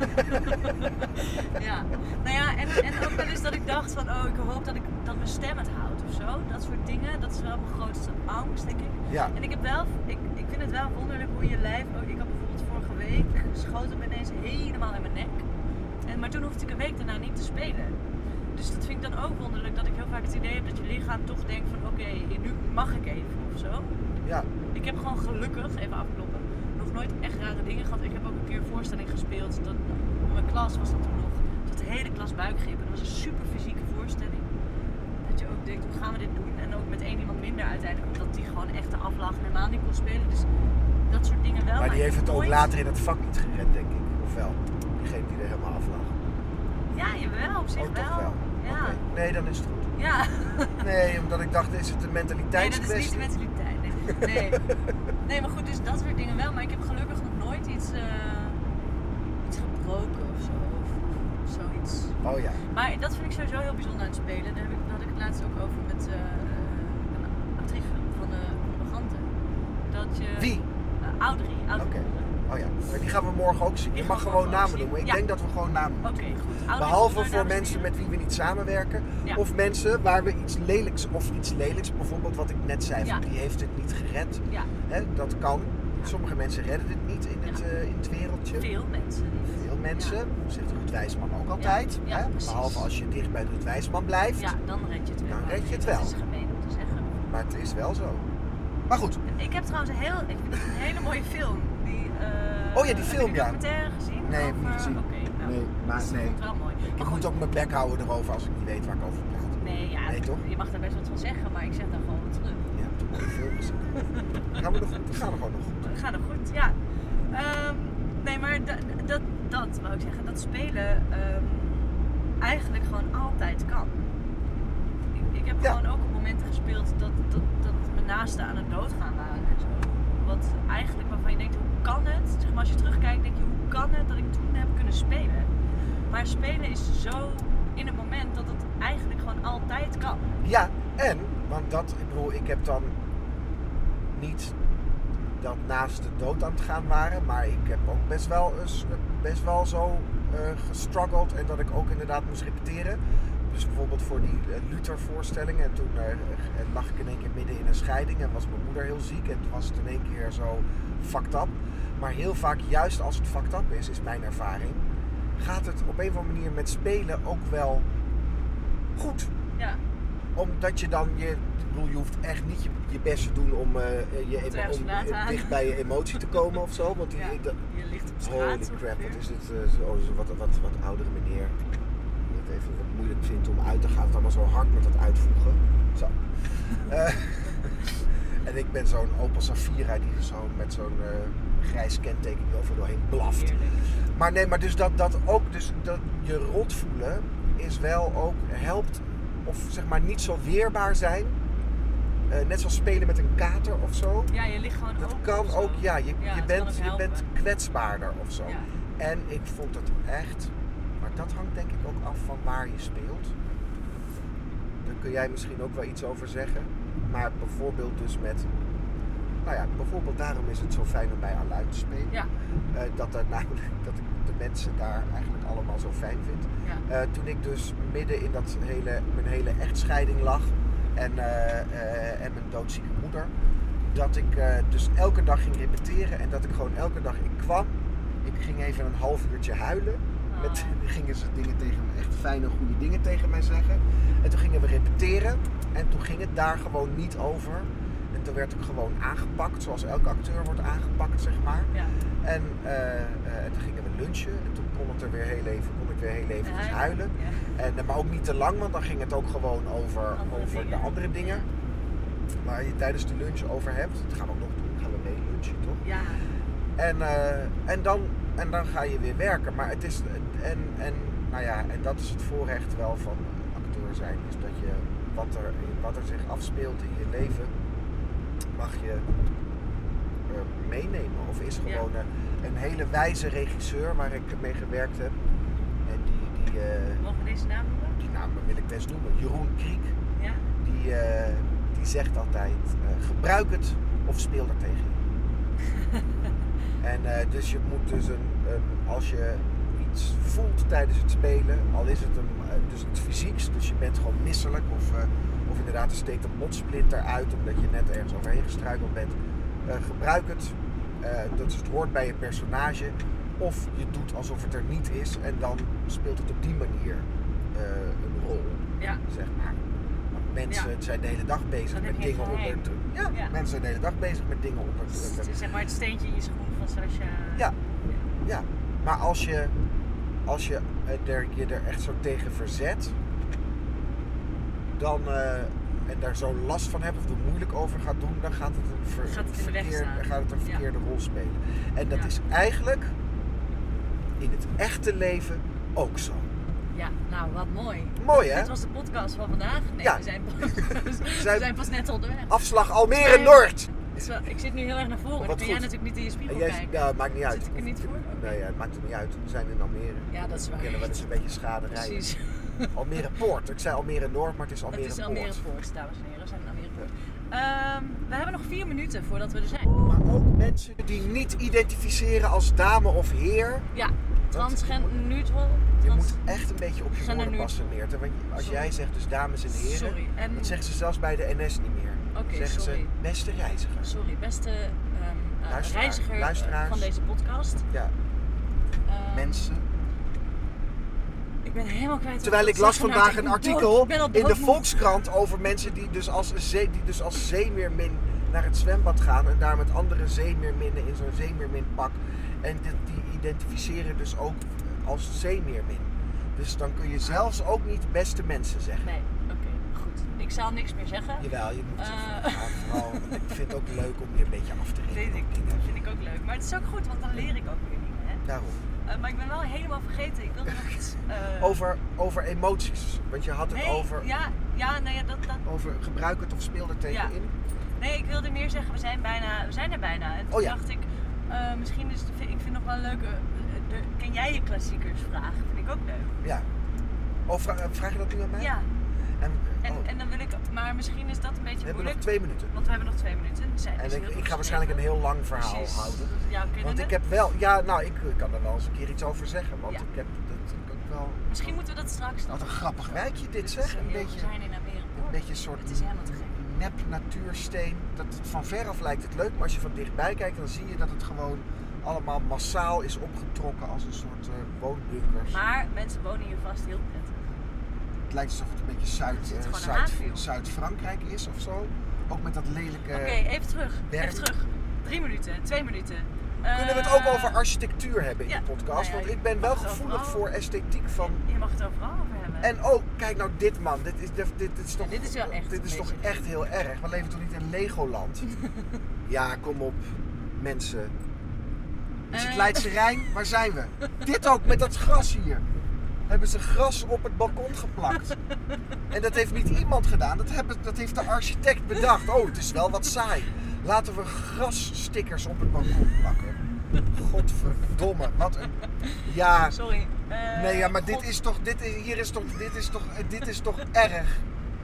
ja, nou ja, en, en ook wel eens dat ik dacht van, oh, ik hoop dat, ik, dat mijn stem het houdt of zo. Dat soort dingen, dat is wel mijn grootste angst, denk ik. Ja. En ik heb wel, ik, ik vind het wel wonderlijk hoe je lijf, oh, ik had bijvoorbeeld vorige week, schoot hem ineens helemaal in mijn nek. En, maar toen hoefde ik een week daarna niet te spelen. Dus dat vind ik dan ook wonderlijk, dat ik heel vaak het idee heb dat je lichaam toch denkt van, oké, okay, nu mag ik even of zo. Ja. Ik heb gewoon gelukkig, even afkloppen, nog nooit echt rare dingen gehad. Ik heb ook een keer een voorstelling gespeeld. Dat, in mijn klas was dat toen nog. Dat de hele klas buikgriep. En dat was een super fysieke voorstelling. Dat je ook denkt, hoe gaan we dit doen? En ook met één iemand minder uiteindelijk. Omdat die gewoon echt de aflag normaal niet kon spelen. Dus dat soort dingen wel. Maar die heeft het nooit... ook later in het vak niet gered, denk ik. Of wel? Diegene die er helemaal aflag. Ja, jawel. Op zich oh, wel. wel. Ja. Okay. Nee, dan is het goed. Ja. Nee, omdat ik dacht, is het een mentaliteitskwestie? Nee, dat is niet de mentaliteit. Nee. Nee, maar goed, dus dat soort dingen wel. Maar ik heb gelukkig nog nooit iets, uh, iets gebroken of zo. Of, of zoiets. Oh ja. Maar dat vind ik sowieso heel bijzonder aan het spelen. Daar, heb ik, daar had ik het laatst ook over met uh, een actrice van de Baganten. Dat je... Wie? Uh, Audrey. Audrey. Oké. Okay. Oh ja, maar die gaan we morgen ook zien. Je mag gewoon namen noemen. Ik ja. denk dat we gewoon namen moeten. Oké, okay, goed. Audrey Behalve voor mensen met wie we niet samenwerken. Ja. Of mensen waar we iets lelijks of iets lelijks, bijvoorbeeld wat ik net zei, ja. van die heeft het niet gered. Ja. Hè, dat kan. Sommige mensen redden het niet in het, ja. uh, in het wereldje. Veel mensen niet. Veel mensen, ja. zegt Ruud Wijsman ook altijd. Ja. Ja, hè? Behalve als je dicht bij Ruud Wijsman blijft. Ja, dan red je het wel. Dan red je het wel. Dat is gemeen om te zeggen. Maar het is wel zo. Maar goed. Ik heb trouwens een, heel, ik vind het een hele mooie film. Die, uh, oh ja, die film, ja. ja. Heb je de documentaire gezien? Nee, over... heb ik niet gezien. Oké, okay, nou, nee, maar dus nee. Ik vond het wel mooi. Ik maar moet ook mijn bek houden erover als ik niet weet waar ik over praat. Nee, ja, nee, toch? Je mag daar best wat van zeggen, maar ik zeg dan gewoon wat terug. Ja, het een mooie film gezien. Gaan we nog goed? We gaan er gewoon nog goed. We gaan er goed, ja. Um, nee, maar dat, dat, dat wou ik zeggen, dat spelen um, eigenlijk gewoon altijd kan. Ik, ik heb ja. gewoon ook op momenten gespeeld dat, dat, dat mijn naasten aan het doodgaan waren en zo. Wat eigenlijk waarvan je denkt, hoe kan het? Zeg maar, als je terugkijkt, denk je, hoe kan het dat ik toen heb kunnen spelen? Maar spelen is zo in het moment dat het eigenlijk gewoon altijd kan. Ja, en, want dat, ik bedoel, ik heb dan niet dat naast de dood aan het gaan waren, maar ik heb ook best wel, eens, best wel zo uh, gestruggeld en dat ik ook inderdaad moest repeteren. Dus bijvoorbeeld voor die uh, Luther-voorstelling en toen uh, lag ik in één keer midden in een scheiding en was mijn moeder heel ziek en toen was het in één keer zo fucked up. Maar heel vaak, juist als het fucked up is, is mijn ervaring, gaat het op een of andere manier met spelen ook wel goed. Ja. Omdat je dan, je, ik bedoel, je hoeft echt niet je, je best te doen om, uh, je, om uh, dicht bij je emotie te komen of zo. Want die, ja, de, je ligt op straat. Holy crap, wat is dit? Uh, zo, zo wat, wat, wat oudere meneer. Die het even wat moeilijk vindt om uit te gaan. Het allemaal zo hard met dat uitvoegen. Zo. uh, en ik ben zo'n Opel Safira die zo met zo'n uh, grijs kenteken over doorheen blaft. Heerlijk. Maar nee, maar dus dat, dat ook, dus dat je rot voelen is wel ook, helpt, of zeg maar niet zo weerbaar zijn. Uh, net zoals spelen met een kater of zo. Ja, je ligt gewoon dat open. kan ook, ja, je, ja, je, bent, je bent kwetsbaarder of zo. Ja. En ik vond het echt, maar dat hangt denk ik ook af van waar je speelt. Daar kun jij misschien ook wel iets over zeggen. Maar bijvoorbeeld dus met, nou ja, bijvoorbeeld daarom is het zo fijn om bij Aluin te spelen. Ja. Uh, dat, er namelijk, dat ik de mensen daar eigenlijk allemaal zo fijn vind. Ja. Uh, toen ik dus midden in dat hele, mijn hele echtscheiding lag en, uh, uh, en mijn doodzieke moeder, dat ik uh, dus elke dag ging repeteren en dat ik gewoon elke dag, ik kwam, ik ging even een half uurtje huilen. Oh. Met, dan gingen ze dingen tegen me, echt fijne, goede dingen tegen mij zeggen. En toen gingen we repeteren en toen ging het daar gewoon niet over. En toen werd ik gewoon aangepakt, zoals elke acteur wordt aangepakt, zeg maar. Ja. En, uh, uh, en toen gingen we lunchen en toen kon, het er weer heel even, kon ik weer heel even ja, huilen. Ja. En, maar ook niet te lang, want dan ging het ook gewoon over, andere over de andere dingen. Waar je tijdens de lunch over hebt. Dat gaan we ook nog doen, gaan we mee lunchen, toch? Ja. En, uh, en, dan, en dan ga je weer werken. Maar het is, en, en, nou ja, en dat is het voorrecht wel van acteur zijn, is dat je wat er, wat er zich afspeelt in je leven, mag je uh, meenemen. Of is gewoon ja. uh, een hele wijze regisseur waar ik mee gewerkt heb. En die, die, uh, mogen we deze naam noemen? Die naam wil ik best noemen. Jeroen Kriek. Ja. Die, uh, die zegt altijd, uh, gebruik het of speel er tegen. En uh, dus je moet dus een, een, als je iets voelt tijdens het spelen, al is het een, uh, dus iets fysieks, dus je bent gewoon misselijk of, uh, of inderdaad er steekt een botsplinter uit omdat je net ergens overheen gestruikeld bent. Uh, gebruik het, uh, dat is, het hoort bij je personage, of je doet alsof het er niet is en dan speelt het op die manier uh, een rol, ja. zeg maar. Mensen ja. zijn de hele dag bezig met dingen onderdrukken. Ja, ja, mensen zijn de hele dag bezig met dingen onderdrukken. Het is zeg maar het steentje in je schoen van Sasha. Ja, ja. Maar als je, als je er, je er echt zo tegen verzet, dan, uh, en daar zo last van hebt of er moeilijk over gaat doen, dan gaat het een, ver, gaat het een, verkeer, gaat het een verkeerde ja. rol spelen. En dat ja. is eigenlijk in het echte leven ook zo. Ja, nou wat mooi. Mooi hè? Dit was de podcast van vandaag. Nee, ja. we, zijn pas, we zijn pas net onderweg. Afslag Almere Noord! Wel, ik zit nu heel erg naar voren. Dan kun jij natuurlijk niet in je spiegel jij, kijken. Ja, maakt niet uit. Zit ik er niet voor? Okay. Nee, ja, het maakt er niet uit. We zijn in Almere. Ja, dat is waar. We kunnen wel eens een beetje schade rijden. Precies. Almere Poort. Ik zei Almere Noord, maar het is Almere Poort. Het is Almere Poort, Poort, dames en heren. We zijn in Almere Poort. Um, we hebben nog vier minuten voordat we er zijn. Maar ook mensen die niet identificeren als dame of heer. Ja, transgender, neutral. Je moet echt een beetje op je woorden passen, Meerte. Want als sorry. jij zegt dus dames en heren, sorry. En... dat zeggen ze zelfs bij de N S niet meer. Oké, okay, zeggen sorry. ze beste reiziger. Sorry, beste um, uh, Luisteraar, reiziger luisteraars van deze podcast. Ja. Um, mensen. Ik ben helemaal kwijt. Terwijl ik las vandaag nou, een artikel in de Volkskrant over mensen die dus als, zee, die dus als zeemeermin naar het zwembad gaan en daar met andere zeemeerminnen in zo'n zeemeerminpak. En die, die identificeren dus ook als zeemeermin. Dus dan kun je zelfs ook niet beste mensen zeggen. Nee, oké, okay, goed. Ik zal niks meer zeggen. Jawel, je moet uh... ja, vooral, ik vind het ook leuk om je een beetje af te rekenen. Weet ik, dat vind ik ook leuk. Maar het is ook goed, want dan leer ik ook weer dingen. Hè? Daarom. Uh, maar ik ben wel helemaal vergeten. Ik wilde nog iets... Uh... Over, over emoties. Want je had het nee, over... Ja, ja, nou ja, dat... dat... Over gebruik het of speel er tegenin. Ja. Nee, ik wilde meer zeggen, we zijn, bijna, we zijn er bijna. En toen oh, ja. dacht ik, uh, misschien is het, ik vind nog wel een leuke... Uh, de, ken jij je klassiekersvraag? Vind ik ook leuk. Ja. Oh, vra- vraag je dat nu aan mij? Ja. En, En, oh. en dan wil ik, maar misschien is dat een beetje We hebben moeilijk. nog twee minuten. Want we hebben nog twee minuten. Zijn En dus ik, heel ik goed ga waarschijnlijk een geschreven. heel lang verhaal Precies. houden. Ja, kunnen Want ik heb wel, ja, nou, ik kan er wel eens een keer iets over zeggen. Want Ja. ik heb dat ik ook wel. Misschien moeten we dat straks dan. Wat een grappig wijkje dit Dit zeg. is Een heel- beetje, We zijn in Amerika. een beetje een soort Het is helemaal te gek. nep natuursteen. Dat het van veraf lijkt het leuk, maar als je van dichtbij kijkt, dan zie je dat het gewoon allemaal massaal is opgetrokken als een soort uh, woonbunkers. Maar mensen wonen hier vast heel prettig. Het lijkt alsof het een beetje Zuid, Er zit uh, gewoon een Zuid, havenview. Zuid-Frankrijk is of zo. Ook met dat lelijke. Oké, even terug. werk. Even terug. Drie minuten, twee minuten. Kunnen we het ook over architectuur hebben in ja. de podcast? Nou ja, Want je ik ben wel mag het gevoelig overal- voor esthetiek van. Je, je mag het overal over hebben. En oh, kijk nou dit man. Dit is, dit, dit is toch, dit is wel echt dit een is toch beetje- echt heel erg. We leven toch niet in Legoland? Ja, kom op. Mensen. Is het Eh. Leidse Rijn? Waar zijn we? Dit ook, met dat gras hier. Hebben ze gras op het balkon geplakt. En dat heeft niet iemand gedaan. Dat, hebben, dat heeft de architect bedacht. Oh, het is wel wat saai. Laten we grasstickers op het balkon plakken. Godverdomme. Wat een... Ja. Sorry. Uh, Nee, ja, maar God. dit is toch, dit is, hier is toch, dit is toch, dit is toch erg.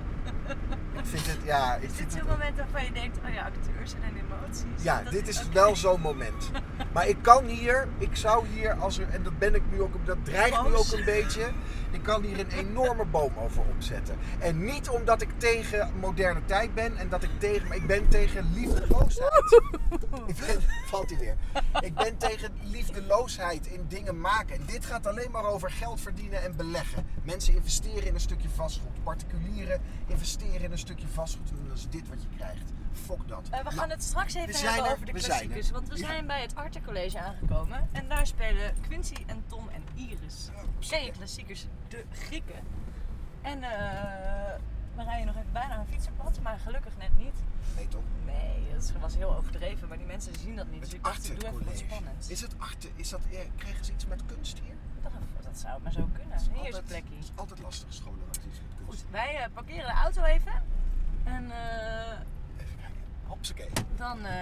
Ik vind het, ja, ik Is vind dit het... zo'n moment waarvan je denkt, oh ja, acteurs en emoties? Ja, Dat dit is oké. wel zo'n moment. Maar ik kan hier, ik zou hier, als er, en dat ben ik nu ook, dat dreigt nu Boos. ook een beetje. Ik kan hier een enorme boom over opzetten. En niet omdat ik tegen moderne tijd ben en dat ik tegen, maar ik ben tegen liefdeloosheid. Ik ben, valt hij weer. Ik ben tegen liefdeloosheid in dingen maken. En dit gaat alleen maar over geld verdienen en beleggen. Mensen investeren in een stukje vastgoed. Particulieren investeren in een stukje vastgoed. En dan is dit wat je krijgt. Fok dat. Uh, we gaan Nou, het straks even we zijn hebben er, over de we zijn klassiekers. er. Want we Ja. zijn bij het Arte College aangekomen. En daar spelen Quincy en Tom en Iris. Ken je klassiekers, de Grieken. En uh, we rijden nog even bijna een fietsenpad, maar gelukkig net niet. Nee toch? Nee, dat was heel overdreven, maar die mensen zien dat niet. Dus Het ik dacht, ik doe even wat Arte spannends. College. Is het arte? Is dat, eh, kregen ze iets met kunst hier? Dat, dat zou maar zo kunnen. Het is Hier is altijd- een plekje. Het is altijd lastig scholen wat iets met kunst. Goed, wij uh, parkeren de auto even. En uh, Even kijken. Hopsakee. dan, uh,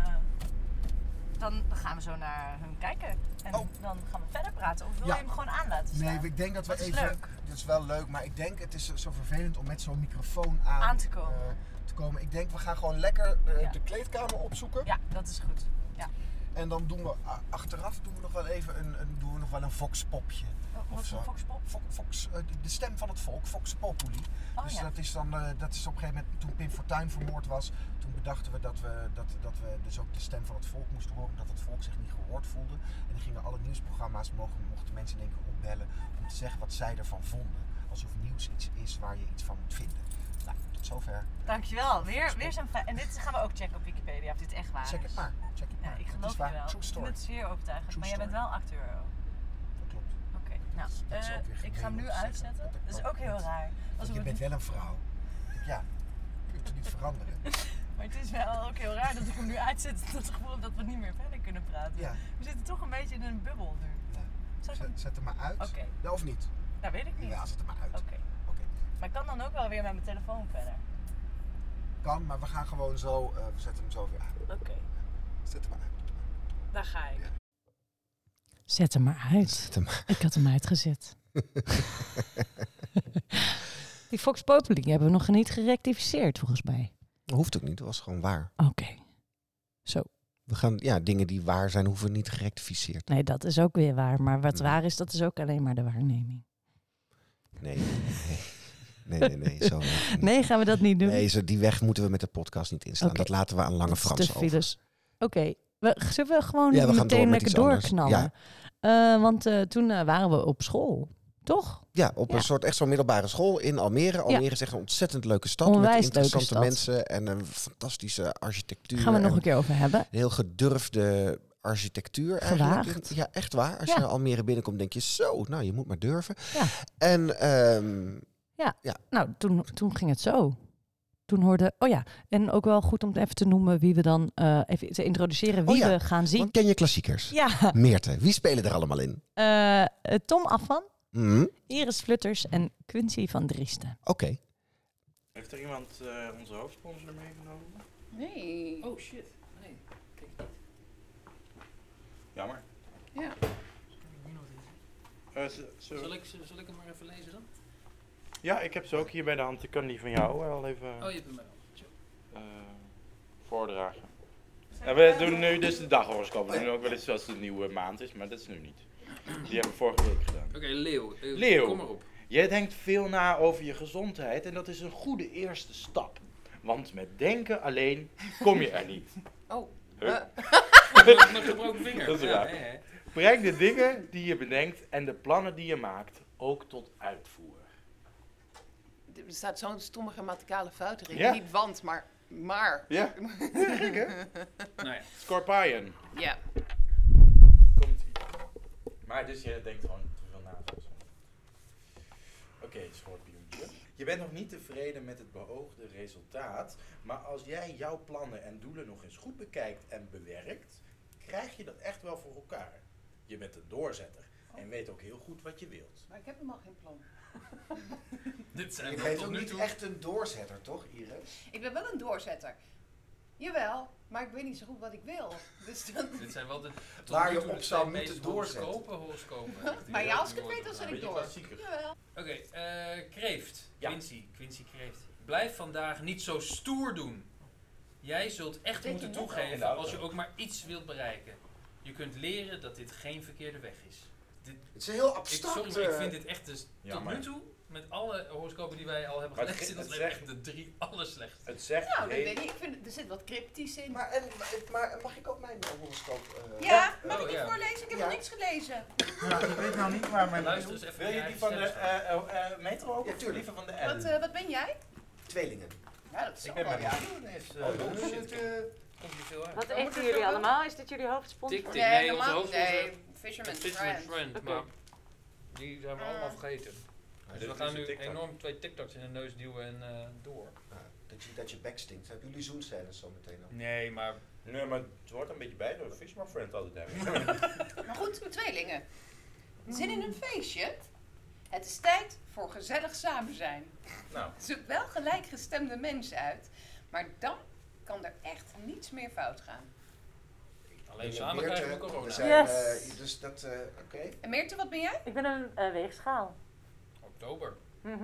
dan gaan we zo naar hun kijken. En Oh. dan gaan we verder praten. Of wil Ja. je hem gewoon aan laten staan? Nee, ik denk dat we Dat is even... leuk. Dat is wel leuk, maar ik denk het is zo vervelend om met zo'n microfoon aan, Aan te komen. eh, te komen. Ik denk we gaan gewoon lekker eh, Ja. de kleedkamer opzoeken. Ja, dat is goed. Ja. En dan doen we a- achteraf doen we nog wel even een, een, doen we nog wel een Fox popje. Wat is zo. een foxpop? Fo- Fox, eh, de- de stem van het volk, Fox Populi. Oh, dus ja. dat is dan, eh, dat is op een gegeven moment, toen Pim Fortuyn vermoord was, toen bedachten we dat we, dat, dat we dus ook de stem van het volk moesten horen, dat het volk zich niet gehoord voelde. En dan gingen alle nieuwsprogramma's, mogen, mochten mensen in één keer opbellen om te zeggen wat zij ervan vonden. Alsof nieuws iets is waar je iets van moet vinden. Nou, tot zover. Dankjewel. Weer, weer zo'n fijn. En dit gaan we ook checken op Wikipedia of dit echt waar Check is. het maar, check het Ja, maar. ik Het geloof is je waar. wel. True Ik vind story. het zeer overtuigend. True Maar jij bent story. wel acteur ook. Dat klopt. Oké, nou, Dat is uh, ook weer ik ga hem nu gemeen om te uitzetten. zeggen. Dat is Dat ook heel niet. raar. Alsof Je het bent niet- wel een vrouw. Ja, kun je het niet veranderen. Maar het is wel ook heel raar dat ik hem nu uitzet. Dat het gevoel heb dat we niet meer verder kunnen praten. Ja. We zitten toch een beetje in een bubbel nu. Ja. Zal ik hem- Zet, zet hem maar uit. Oké. Ja, of niet? Nou, weet ik niet. Ja, zet hem maar uit. Oké. Oké. Maar ik kan dan ook wel weer met mijn telefoon verder. Kan, maar we gaan gewoon zo, uh, we zetten hem zo weer uit. Oké. Zet hem maar uit. Daar ga ik. Ja. Zet hem maar uit. Zet hem maar. Ik had hem uitgezet. Die Fox Populi hebben we nog niet gerectificeerd volgens mij. Dat hoeft ook niet, dat was gewoon waar. Oké. Zo. We gaan, ja, dingen die waar zijn hoeven niet gerectificeerd. Nee, dat is ook weer waar. Maar wat Nee. waar is, dat is ook alleen maar de waarneming. Nee, nee, nee, nee, nee, zo. niet. Nee, gaan we dat niet doen? Nee, zo, die weg moeten we met de podcast niet inslaan. Oké. Dat laten we aan Lange Dat is Frans te over. files. Oké, we zullen we gewoon Ja, we gaan meteen door met lekker iets anders. doorknallen. Uh, want uh, toen uh, waren we op school, toch? Ja, op Ja. een soort echt zo'n middelbare school in Almere. Almere Ja. is echt een ontzettend leuke stad. Onwijs met leuke interessante stad. mensen en een fantastische architectuur. Gaan we nog en een keer over hebben. een heel gedurfde architectuur eigenlijk. Gewaagd. Ja, echt waar. Als Ja. je naar Almere binnenkomt, denk je zo, nou, je moet maar durven. Ja. En um, Nou, toen, toen ging het zo. Toen hoorde... Oh ja, en ook wel goed om even te noemen wie we dan... Uh, even te introduceren wie Oh ja, we gaan zien. want ken je klassiekers? Ja, Meerte, wie spelen er allemaal in? uh, uh, Tom Afvan, Mhm. Iris Flutters en Quincy van Driesten. Oké. Okay. Heeft er iemand uh, onze hoofdsponsor meegenomen? Nee. Oh shit, nee, kijk niet. Jammer. Ja. Uh, z- zo... Zal ik, zal ik hem maar even lezen dan? Ja, ik heb ze ook hier bij de hand. Ik kan die van jou wel even Oh, je hebt hem wel. uh, voordragen. Ja, we doen nu dus de daghoroscoop. We doen ook wel eens zoals de nieuwe maand is, maar dat is nu niet. Die hebben we vorige week gedaan. Oké, okay, Leeuw. Uh, Leeuw. Kom maar op. Jij denkt veel na over je gezondheid en dat is een goede eerste stap. Want met denken alleen kom je er niet. Oh. Huh? Met een gebroken vinger. Dat is ja, raar. hè, hè. Breng de dingen die je bedenkt en de plannen die je maakt ook tot uitvoer. Er staat zo'n stomme grammaticale fout erin. Ja. Niet want, maar maar. Ja, gek hè? Nou ja. Scorpion. Ja. Komt ie. Maar dus je denkt gewoon te veel na. Oké, okay, schorpioentje. Je bent nog niet tevreden met het beoogde resultaat, maar als jij jouw plannen en doelen nog eens goed bekijkt en bewerkt, krijg je dat echt wel voor elkaar. Je bent een doorzetter en weet ook heel goed wat je wilt. Maar ik heb helemaal geen plan. Dit zijn Je we bent tot ook nu niet toe. echt een doorzetter, toch, Iris? Ik ben wel een doorzetter. Jawel, maar ik weet niet zo goed wat ik wil. Dus dan... Dit zijn wel de tot Waar nu je toe op de zou twee moeten meest doorzetten. horoscopen, horoscopen. Maar ja, als ik het weet, dan zet ik Beetje door. klassieker. Jawel. Oké, eh, Kreeft. Ja. Quincy. Quincy Kreeft. Blijf vandaag niet zo stoer doen. Jij zult echt Deed moeten je net al. In de toegeven auto. als je ook maar iets wilt bereiken. Je kunt leren dat dit geen verkeerde weg is. Dit, Het is heel ik, abstract. sorry, maar ik eh, vind dit echt dus Ja, tot maar- nu toe, met alle horoscopen die wij al hebben Maar het gelezen, dat ge- zijn het echt de drie allerslechtste. Het zegt Nou, dat heel- weet ik. Ik vind, er zit wat cryptisch in. Maar, en, maar mag ik ook mijn horoscoop? eh, Ja, mag Oh, ik die ja. voorlezen? Ik heb Ja. nog niks gelezen. Nou, ik weet nou niet waar mijn... Luister eens even Wil je naar die je van de sterrenstof. uh, uh, uh, metro ook? Ja, Of tuurlijk. liever van de Wat, L? eh, wat ben jij? Tweelingen. Ja, dat is Ik wel ben met ja. mijn is, uh, Oh, oh, shit. shit. Komt hier veel uit. Wat moet eten ik jullie doen? allemaal? Is dit jullie hoofdsponsor? Tik, tik. Nee, Nee, onze helemaal hoofdsponsor. nee. Fisherman's Fisherman's Friend. Friend, Oké. maar die zijn we Ah. allemaal vergeten. Hij Dus we doet gaan dus nu een TikTok. enorm twee TikToks in de neus duwen en eh, door. Ah, dat, je, dat je bek stinkt. Hebben jullie zoenscènes zo meteen al? Nee, maar Nee, maar het hoort een beetje bij door Fish My Friend altijd. Maar goed, tweelingen. Zin in een feestje? Het is tijd voor gezellig samen zijn. Nou, Zoek wel gelijkgestemde mensen uit, maar dan kan er echt niets meer fout gaan. alleen En samen Beerte, krijgen we corona. we zijn, Yes. eh, dus dat, eh, oké. En Meerte, wat ben jij? Ik ben een eh, weegschaal. Oktober. Mhm.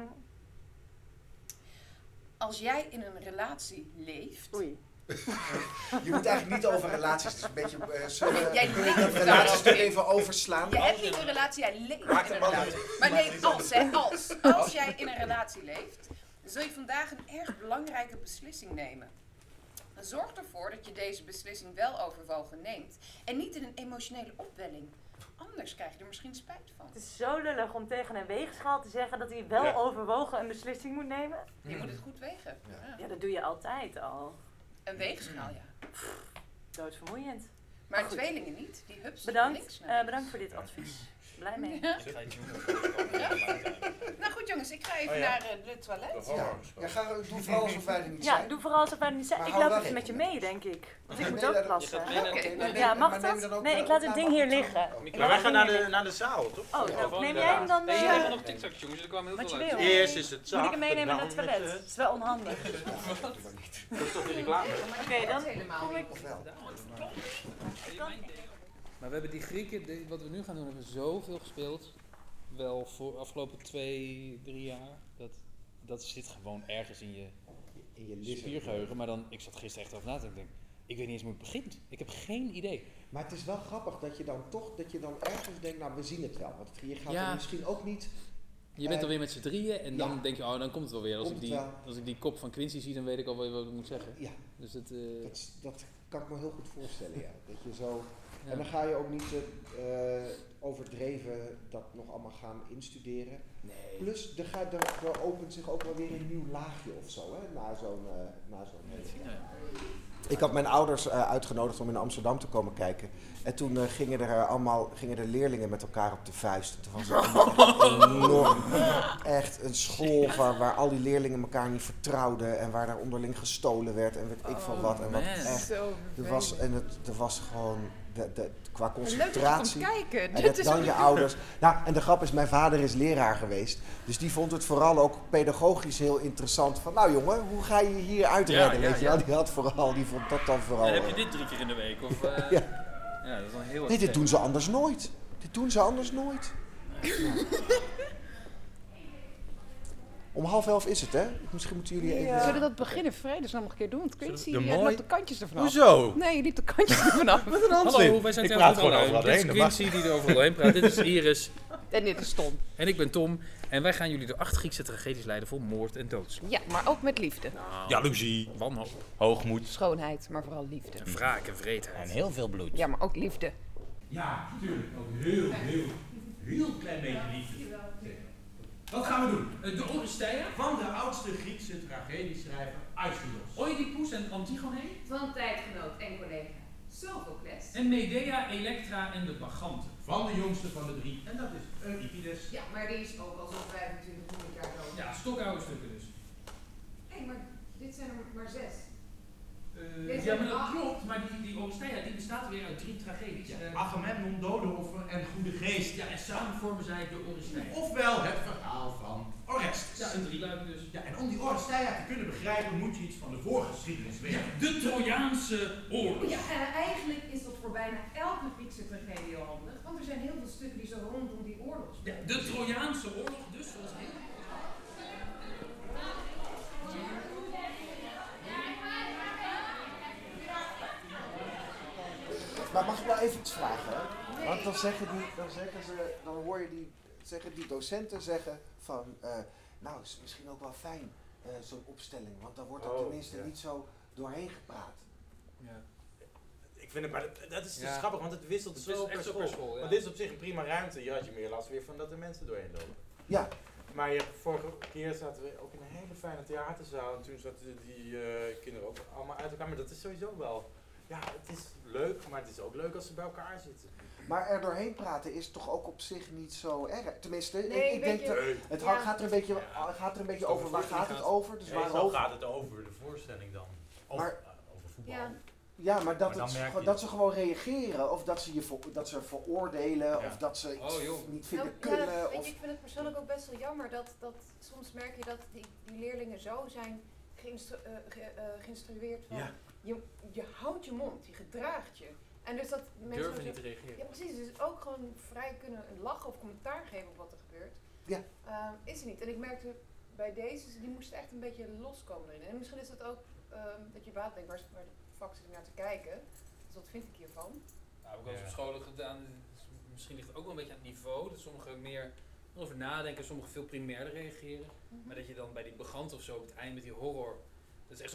Als jij in een relatie leeft... Oei. Je moet eigenlijk niet over relaties. Het is een beetje. Uh, zullen we Jij kunnen we leeft dat daar relaties ook er in. even overslaan? Je hebt niet een relatie, jij leeft Maak in de een man relatie. niet. Maar nee, als hè, als. Als jij in een relatie leeft, dan zul je vandaag een erg belangrijke beslissing nemen. Zorg ervoor dat je deze beslissing wel overwogen neemt. En niet in een emotionele opwelling. Anders krijg je er misschien spijt van. Het is zo lullig om tegen een weegschaal te zeggen dat hij wel Ja. overwogen een beslissing moet nemen. Je moet het goed wegen. Ja. Ja. Ja, dat doe je altijd al. Een weegschaal, ja. Doodvermoeiend. Maar Goed. tweelingen niet. Die hups Bedankt, links naar eh, rechts. bedankt voor dit advies. Blij mee. Ja. Ik ga iets doen. Nou goed jongens, ik ga even Oh ja. naar uh, het toilet. de Ja, horoscoop. ja ga, doe vooral alsof wij er niet Ja, zijn. doe vooral alsof wij er niet zijn. Maar Ik hou loop wel even met je rekening mee, denk ik. Want ik Nee, moet nee, ook dat- Je plassen. gaat mee naar Oké, de nou, Ja, mag maar neem je dat? dan ook Nee, de ik laat het ding hier opname liggen. op? Ik Maar wij laat gaan het naar ding de, hier naar de zaal, toch? liggen. Oh, Ja, dan gewoon neem de jij hem laatste. dan Nee, mee? jullie hebben nog TikToks, jongens. Er kwamen heel Wat veel je uit. wil. Eerst is het Moet zacht. ik hem meenemen en naar het dan toilet? met, Dat is wel onhandig. eh, Dat is toch die reclame? Oké, dan helemaal kom ik... Of wel? Maar we hebben die Grieken, die- wat we nu gaan doen, hebben we zoveel gespeeld. Wel voor de afgelopen twee, drie jaar. Dat, dat zit gewoon ergens in je In je lichaam. spiergeheugen. Maar dan, ik zat gisteren echt over na te denken. Ik weet niet eens hoe het begint. Ik heb geen idee. Maar het is wel grappig dat je dan toch, dat je dan ergens denkt, nou we zien het wel. Want je gaat Ja. er misschien ook niet. Je bent Eh, alweer met z'n drieën en dan ja. denk je, oh dan komt het wel weer. Als, ik Komt die, het wel. als ik die kop van Quincy zie, dan weet ik al wel wat ik moet zeggen. Ja, Dus het, eh, dat, is- dat kan ik me heel goed voorstellen, ja. Dat je zo. ja. En dan ga je ook niet eh, overdreven dat nog allemaal gaan instuderen. Nee. Plus, er, gaat, er, er opent zich ook wel weer een nieuw laagje of zo, hè, na zo'n uh, na zo'n hele Ja. Ik had mijn ouders uh, uitgenodigd om in Amsterdam te komen kijken. En toen uh, gingen er uh, allemaal gingen de leerlingen met elkaar op de vuist. Toen was het enorm. Echt een school waar, waar al die leerlingen elkaar niet vertrouwden. En waar daar onderling gestolen werd en weet ik van wat. En wat man. echt. Zo Er was, en het er was gewoon de, de, qua leuk dat je concentratie. komt kijken. En Dit dat is dan ook- je ouders. Nou, en de grap is, mijn vader is leraar geweest. Dus die vond het vooral ook pedagogisch heel interessant. Van, nou jongen, hoe ga je hier uitredden? Ja, ja, weet je ja. wel? Die had vooral, die vond dat dan vooral. Dan heb je eh, dit drie keer in de week. Of, uh, Ja. ja, dat is dan heel Nee, dit extreem. doen ze anders nooit. Dit doen ze anders nooit. Om half elf is het, hè? Misschien moeten jullie even... Zullen we dat beginnen vredesnaam nog een keer doen? Want Quincy, Zullen we de die mooi- loopt de kantjes ervan af. Hoezo? Nee, je liep de kantjes ervan af. Wat een onzin. Hallo, wij zijn Ik Theo praat van gewoon Luijn. overal Dit is heen. dat mag. Quincy die er overal heen praat. Dit is Iris. En dit is Tom. En ik ben Tom. En wij gaan jullie door acht Griekse tragedies leiden vol moord en doodslag. Ja, maar ook met liefde. Nou, Jaloezie, wanhoop. hoogmoed Schoonheid, maar vooral liefde. En wraak en vreedheid. en heel veel bloed. Ja, maar ook liefde. Ja, natuurlijk. Ook heel, heel, heel klein beetje liefde. Wat gaan we doen? Uh, de Oresteia, Van de oudste Griekse tragedieschrijver Aeschylus. Oedipus en Antigone. Van tijdgenoot en collega Sophocles. En Medea, Elektra en de Baganten. Van de jongste van de drie. En dat is Euripides. Ja, maar die is ook al zo'n vijfentwintighonderd jaar dood. Ja, stokoude stukken dus. Hé, hey, maar dit zijn er maar zes. Uh, Deze ja, maar dat acht. klopt. Maar die, die Oresteia die bestaat weer uit drie tragedies. Ja, Uh, Agamemnon, dodenoffer en goede geest. ja, en samen vormen zij de Oresteia. Ofwel het verhaal van Orestes. Ja, een drieluik dus. Ja, en om die Oresteia te kunnen begrijpen moet je iets van de voorgeschiedenis weten. De Trojaanse oorlog. Ja, en eigenlijk is dat voor bijna elke Griekse tragedie handig, want er zijn heel veel stukken die zo rondom die oorlog Ja, spelen. de Trojaanse oorlog dus, zoals heel... Maar mag ik nou even iets vragen? Hè? Want dan zeggen die, dan zeggen ze, dan hoor je die, zeggen die docenten zeggen van, uh, nou is misschien ook wel fijn uh, zo'n opstelling, want dan wordt er Oh, tenminste ja. niet zo doorheen gepraat. Ja. Ik vind het, maar dat, dat is dus Ja. grappig, want het wisselt Het zo is per echt zo school. per school, ja. Want dit is op zich een prima ruimte. Hier had je meer last weer van dat er mensen doorheen lopen. Ja, Maar je, vorige keer zaten we ook in een hele fijne theaterzaal en toen zaten die uh, kinderen ook allemaal uit elkaar. Maar dat is sowieso wel, ja, het is leuk, maar het is ook leuk als ze bij elkaar zitten. maar er doorheen praten is toch ook op zich niet zo erg. Tenminste, Nee, ik, ik weet denk je- dat Nee. het Ja. gaat er een beetje, Ja. gaat er een beetje Als over het waar over gaat het gaat. over. Dus Meestal waarover. gaat het over de voorstelling dan. Of Maar- uh, over voetbal. Ja. Ja, maar dat, Maar dan het, merk gewoon- je dat het. ze gewoon reageren of dat ze je ver- dat ze veroordelen Ja. of dat ze iets Oh, joh. niet vinden Nou, kunnen. ja, weet of, je, ik vind het persoonlijk ook best wel jammer dat, dat soms merk je dat die, die leerlingen zo zijn geïnstru eh, ge- eh, geïnstrueerd van Ja. je, je houdt je mond, je gedraagt je. En dus dat mensen Durven zo- niet te reageren. Ja, precies. Dus ook gewoon vrij kunnen lachen of commentaar geven op wat er gebeurt. Ja. Ehm, is er niet. En ik merkte bij deze, die moesten echt een beetje loskomen erin. En misschien is het ook ehm, dat je baat denkt, waar, waar de fuck zit ik naar te kijken? Dus wat vind ik hiervan? Nou, heb ik wel eens Ja. op scholen gedaan. Dus misschien ligt het ook wel een beetje aan het niveau. Dat sommigen meer over nadenken, sommigen veel primairder reageren. Maar dat je dan bij die begant of zo op het eind met die horror. Dat is echt zo.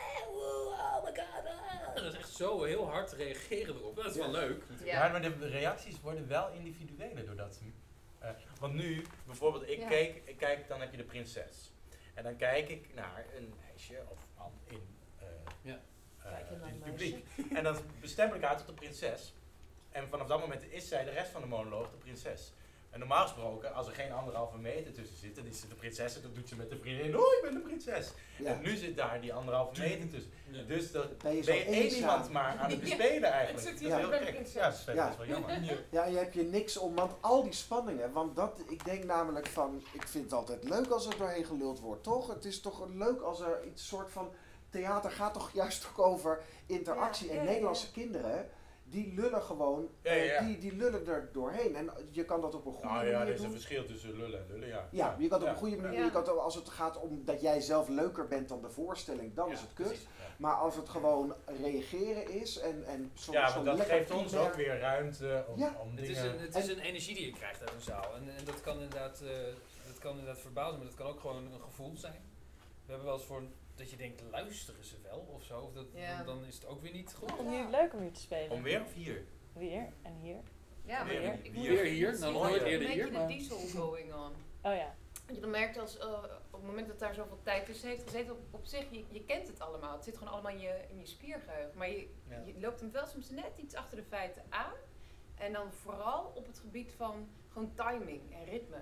Oh my god. ah. Dat is echt zo heel hard reageren erop. Dat is wel leuk. Ja, maar de reacties worden wel individueler doordat ze. Uh, want nu, bijvoorbeeld, ik Ja. keek, ik kijk, dan heb je de prinses. En dan kijk ik naar een meisje of man in, uh, Ja. uh, Kijk je naar in het een publiek. En dan bestem ik haar tot de prinses. En vanaf dat moment is zij de rest van de monoloog de prinses. En normaal gesproken, als er geen anderhalve meter tussen zit, dan is ze de prinses en dan doet ze met de vriendin, oh, ik ben de prinses. ja. En nu zit daar die anderhalve meter tussen. Ja. Dus dan Ben je ben zo je één eenzaam. iemand maar aan het Ja. bespelen eigenlijk. Het zit Dat is hier heel bij de gek. prinses. Ja, dat is vet, Ja. dat is wel jammer. Ja, je hebt je niks om, want al die spanningen, want dat, ik denk namelijk van, ik vind het altijd leuk als er doorheen geluld wordt, toch? Het is toch leuk als er iets soort van, theater gaat toch juist ook over interactie Ja, en ja, ja, Nederlandse ja. kinderen, die lullen gewoon, Ja, ja, ja. eh, Die, die lullen er doorheen en je kan dat op een goede Nou ja, er manier is een doen. verschil tussen lullen en lullen, ja. Ja, je kan het op Ja. een goede manier doen. Ja. Je kan het, ook- als het gaat om dat jij zelf leuker bent dan de voorstelling, dan Ja, is het kut. precies, ja. Maar als het gewoon reageren is en, en soms Ja, zo want dat lekker geeft ons primair- ook weer ruimte om, Ja. om Het is, dingen... een, het is een energie die je krijgt uit een zaal. En, en dat kan inderdaad, eh, dat kan inderdaad verbazen, maar dat kan ook gewoon een gevoel zijn. We hebben wel eens voor dat je denkt, luisteren ze wel of zo? Of dat, Ja. dan, dan is het ook weer niet goed. Om hier leuk om hier te spelen. Om weer of hier? Weer en hier. Ja, maar Weer, ik weer moet- hier, ik nou, zie nog nooit een eerder beetje hier, de maar- diesel going on. Oh ja. Dat je dan merkt als eh, op het moment dat daar zoveel tijd tussen heeft gezeten, op, op zich, je, je kent het allemaal. Het zit gewoon allemaal in je, in je spiergeheugen. Maar je, Ja. je loopt hem wel soms net iets achter de feiten aan. En dan vooral op het gebied van gewoon timing en ritme.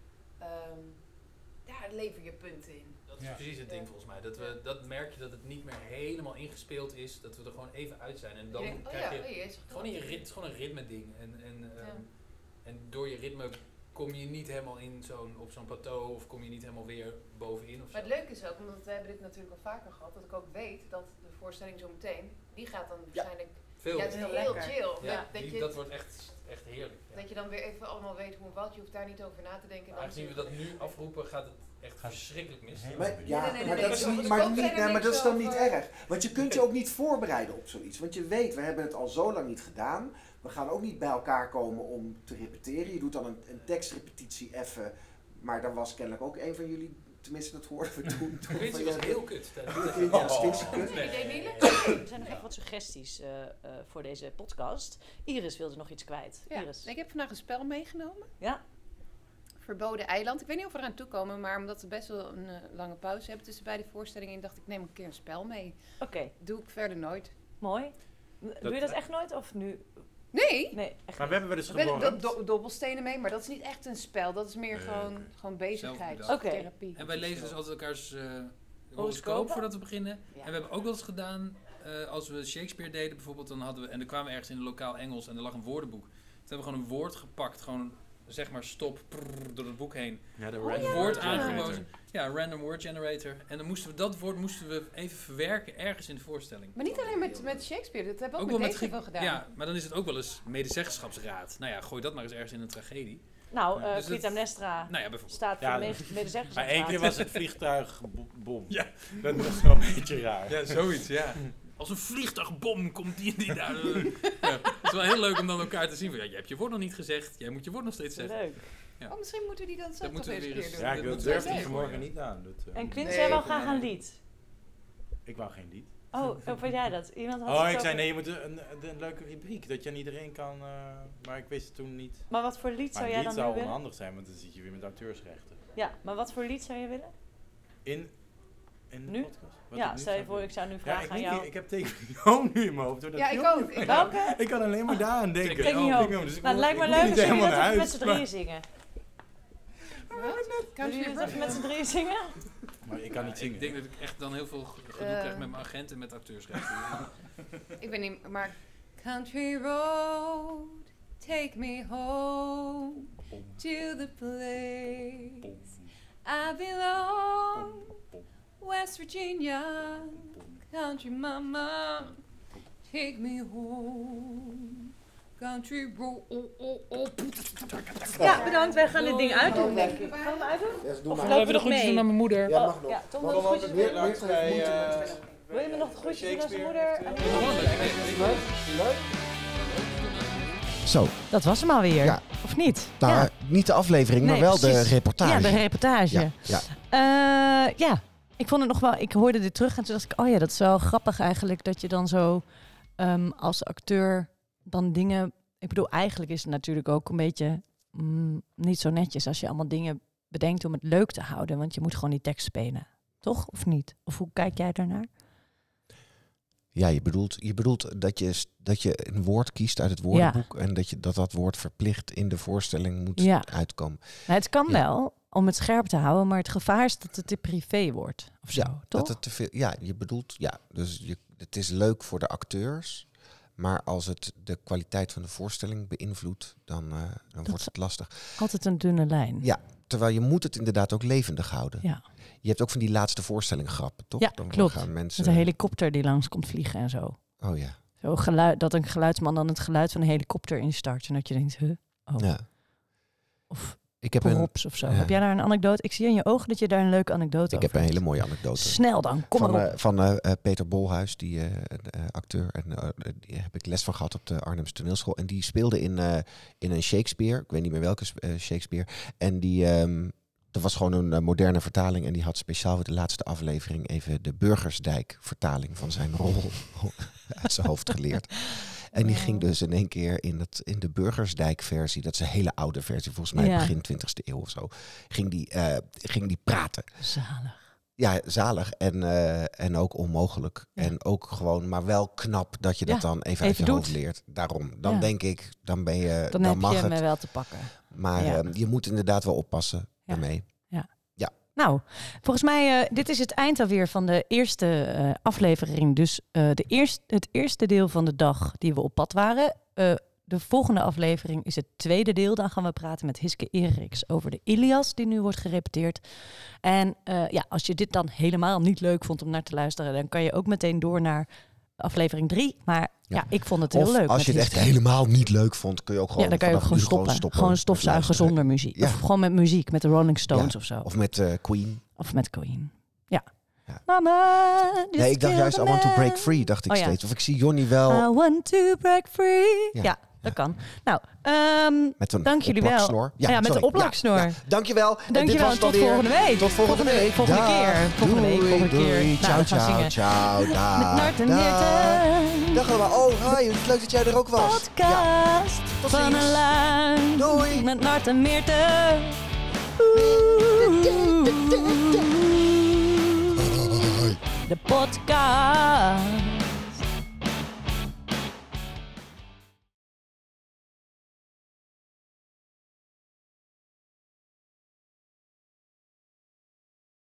Ehm, daar lever je punten in. Dat is Ja. precies het Ja. ding volgens mij. Dat, we, dat merk je dat het niet meer helemaal ingespeeld is. Dat we er gewoon even uit zijn. En dan Je denkt, oh krijg ja, je oh, je zegt gewoon dat. in je rit, het is gewoon een ritme ding. En, en, Ja. ehm, en door je ritme kom je niet helemaal in zo'n, op zo'n plateau of kom je niet helemaal weer bovenin of zo. Maar het leuke is ook, omdat we hebben dit natuurlijk al vaker gehad, dat ik ook weet dat de voorstelling zo meteen, die gaat dan waarschijnlijk Veel. Ja, het is Heel heel, lekker. chill. Ja, dat, dat, die- je, dat wordt echt, echt heerlijk. Ja. dat je dan weer even allemaal weet hoe en wat. Je hoeft daar niet over na te denken. Maar aangezien we dat nu afroepen, gaat het echt verschrikkelijk mis. Maar, Nee, ja, nee, nee, maar, nee, dat, is nee, niet, nee, maar, nee, niet, nee, nee, maar niks dat is dan niet over- erg. Want je kunt je ook niet voorbereiden op zoiets. Want je weet, we hebben het al zo lang niet gedaan. We gaan ook niet bij elkaar komen om te repeteren. Je doet dan een, een tekstrepetitie even. Maar daar was kennelijk ook een van jullie, tenminste dat hoorden we toen. toen Quincy van, was ja, heel kut. Ja, Quincy kut. Wie deed Niele? Er zijn nog even wat suggesties uh, uh, voor deze podcast. Iris wilde nog iets kwijt. Ja, Iris. ik heb vandaag een spel meegenomen. Ja. Verboden eiland. Ik weet niet of we eraan toe komen, maar omdat we best wel een uh, lange pauze hebben tussen beide voorstellingen, in, dacht ik neem een keer een spel mee. Oké, okay. Doe ik verder nooit. Mooi. Doe je dat echt nooit of nu? Nee. Nee, echt Maar we hebben wel eens We hebben geborreld. do- do- dobbelstenen mee, maar dat is niet echt een spel. Dat is meer gewoon, gewoon bezigheid. Zelfbedacht. Oké. Therapie. En wij lezen dus altijd elkaars uh, Horoscopen? horoscoop voordat we beginnen. Ja. En we hebben ook wel eens gedaan, uh, als we Shakespeare deden bijvoorbeeld, dan hadden we, en dan kwamen we ergens in een lokaal Engels en er lag een woordenboek. Toen hebben we gewoon een woord gepakt, gewoon zeg maar stop, prrr, door het boek heen. Ja, de Een random woord word generator. aangewozen. Ja, random word generator. En dan moesten we dat woord moesten we even verwerken ergens in de voorstelling. Maar niet alleen met, met Shakespeare, dat hebben we ook, wel met deze Griek- veel gedaan. Ja, maar dan is het ook wel eens medezeggenschapsraad. Nou ja, gooi dat maar eens ergens in een tragedie. Nou, uh, Dus het- Clytemnestra Nou ja, bijvoorbeeld. staat Ja, voor dat- mede- medezeggenschapsraad. Maar één keer was het vliegtuigbom. Ja. Dat was wel een beetje raar. Ja, zoiets, ja. Als een vliegtuigbom komt die en die daar. Ja, het is wel heel leuk om dan elkaar te zien. Van, ja, jij hebt je woord nog niet gezegd. Jij moet je woord nog steeds zeggen. Leuk. Ja. Oh, misschien moeten we die dan zelf Dat nog moeten we eens een weer keer eens- doen. Ja, dat ik moet durf wel het leuk vanmorgen worden. niet aan. Dat, uh, En Quint, Nee, jij wou nee. graag een lied. Ik wou geen lied. Oh, of weet jij dat? Iemand had Oh, het ik zei over- nee, je moet een, een, een leuke rubriek. Dat je aan iedereen kan. Uh, maar ik wist het toen niet. Maar wat voor lied Maar zou een jij lied dan nu zou willen? onhandig zijn, want dan zit je weer met auteursrechten. Ja, maar wat voor lied zou je willen? In, in de Nu? podcast. Wat Ja, ik nu stel je zou voor, doen. ik zou nu Ja, vragen ik, aan weet jou. niet, ik heb Take Me Home nu in mijn hoofd. Door dat Ja, ik filmpje. ook. Ik Welke? Ik kan alleen maar daar aan denken. Take Me Oh, Home. Take Me Home. Dus ik Nou, het wil- lijkt me ik wil leuk niet als jullie helemaal dat naar even huis, met z'n maar- drieën zingen. Willen jullie dat even met z'n drieën zingen? Maar ik kan niet Ja, zingen. Ik denk dat ik echt dan heel veel ge- gedoe Eh. krijg met mijn agent en met auteursrechten. Ik weet niet, maar... Country road, take me home to the place I belong. West Virginia, country mama, take me home. Country road, oh, oh, oh. Ja, bedankt. Wij gaan dit ding uitdoen, denk ik. Gaan we hem uitdoen? Ja, doe Of maar. lopen we nog mee? mijn moeder. Ja, Oh, mag nog. ja, Tom Mag wil de nog. groetjes Meer- doen. meer heeft moeite met- Wil je me nog de groetjes doen als je moeder? Leuk, leuk. Zo, Dat was hem alweer. Ja. Of niet? nou, ja. eh, niet de aflevering, maar Nee, wel de precies. reportage. Ja, de reportage. Ja, ja. Eh, ja, ik vond het nog wel. Ik hoorde dit terug en toen dacht ik, oh ja, dat is wel grappig eigenlijk dat je dan zo um, als acteur dan dingen. Ik bedoel, eigenlijk is het natuurlijk ook een beetje mm, niet zo netjes als je allemaal dingen bedenkt om het leuk te houden, want je moet gewoon die tekst spelen, toch? Of niet? Of hoe kijk jij daarnaar? Ja, je bedoelt, je bedoelt dat, je, s- dat je een woord kiest uit het woordenboek en dat, je, dat dat woord verplicht in de voorstelling moet Ja. uitkomen. Nou, het kan Ja. wel om het scherp te houden, maar het gevaar is dat het te privé wordt. Of zo, Ja, toch? dat het te veel. Ja, je bedoelt, ja, dus je, het is leuk voor de acteurs, maar als het de kwaliteit van de voorstelling beïnvloedt, dan, uh, dan wordt het lastig. Altijd een dunne lijn. Ja, terwijl je moet het inderdaad ook levendig houden. Ja. Je hebt ook van die laatste voorstelling grappen, toch? Ja, Dan klopt. gaan mensen. Met een helikopter die langs komt vliegen en zo. Oh ja. Zo geluid, dat een geluidsman dan het geluid van een helikopter instart. En dat je denkt, huh? Oh. ja. Of Ik heb een, props of zo. ja. Heb jij daar een anekdote? Ik zie in je ogen dat je daar een leuke anekdote ik over heb een hele hebt. mooie anekdote. Snel dan, kom van maar op. eh, van eh, eh, Peter Bolhuis, die eh, eh, acteur. En uh, die heb ik les van gehad op de Arnhemse toneelschool. En die speelde in, uh, in een Shakespeare. Ik weet niet meer welke uh, Shakespeare. En die, um, dat was gewoon een uh, moderne vertaling. En die had speciaal voor de laatste aflevering even de Burgersdijk vertaling van zijn rol uit zijn hoofd geleerd. En die ging dus in één keer in, het, in de Burgersdijk versie, dat is een hele oude versie, volgens mij Ja. begin twintigste eeuw of zo, ging die, uh, ging die praten. Zalig. Ja, zalig en, uh, en ook onmogelijk. Ja. En ook gewoon, maar wel knap dat je dat Ja, dan even, uit even je doet. hoofd leert. Daarom, dan Ja. denk ik, dan ben je, Dan, dan, heb mag je het. me wel te pakken. Maar Ja. um, je moet inderdaad wel oppassen Ja. daarmee. Nou, volgens mij, uh, dit is het eind alweer van de eerste uh, aflevering. Dus uh, de eerst, het eerste deel van de dag die we op pad waren. Uh, de volgende aflevering is het tweede deel. Dan gaan we praten met Hiske Eriks over de Ilias, die nu wordt gerepeteerd. En uh, ja, als je dit dan helemaal niet leuk vond om naar te luisteren, dan kan je ook meteen door naar aflevering drie. Maar ja, Ja. ik vond het heel Of leuk. als met je het echt history. helemaal niet leuk vond, kun je ook gewoon Ja, dan kan je ook vanaf gewoon nu stoppen. Gewoon, met stofzuigen luisteren. zonder muziek. Ja. Of gewoon met muziek, met de Rolling Stones Ja. of zo. Of, Of met eh, Queen. met Queen. Ja. Ja. Mama, just Nee, ik dacht kill juist, the I want to man. break free, dacht ik Oh, ja. steeds. Of ik zie Johnny wel I want to break free. Ja. Ja, dat kan. Nou, um, met een dank jullie wel. opplaksnor. Ja, met sorry. de opplaksnor. Ja, ja. Dankjewel. En dit Dankjewel, was het tot alweer. volgende week. Tot volgende week. Volgende Dag. keer. Volgende week, Doei, volgende keer. doei. Nou, Ciao, we gaan ciao, zingen. ciao. Dag. Met Nart en Dag. Meerte. Dag allemaal. Oh, hi. Het is leuk dat jij er ook was. Podcast Tot van ziens. een luin. Doei. Met Nart en Meerte. De podcast.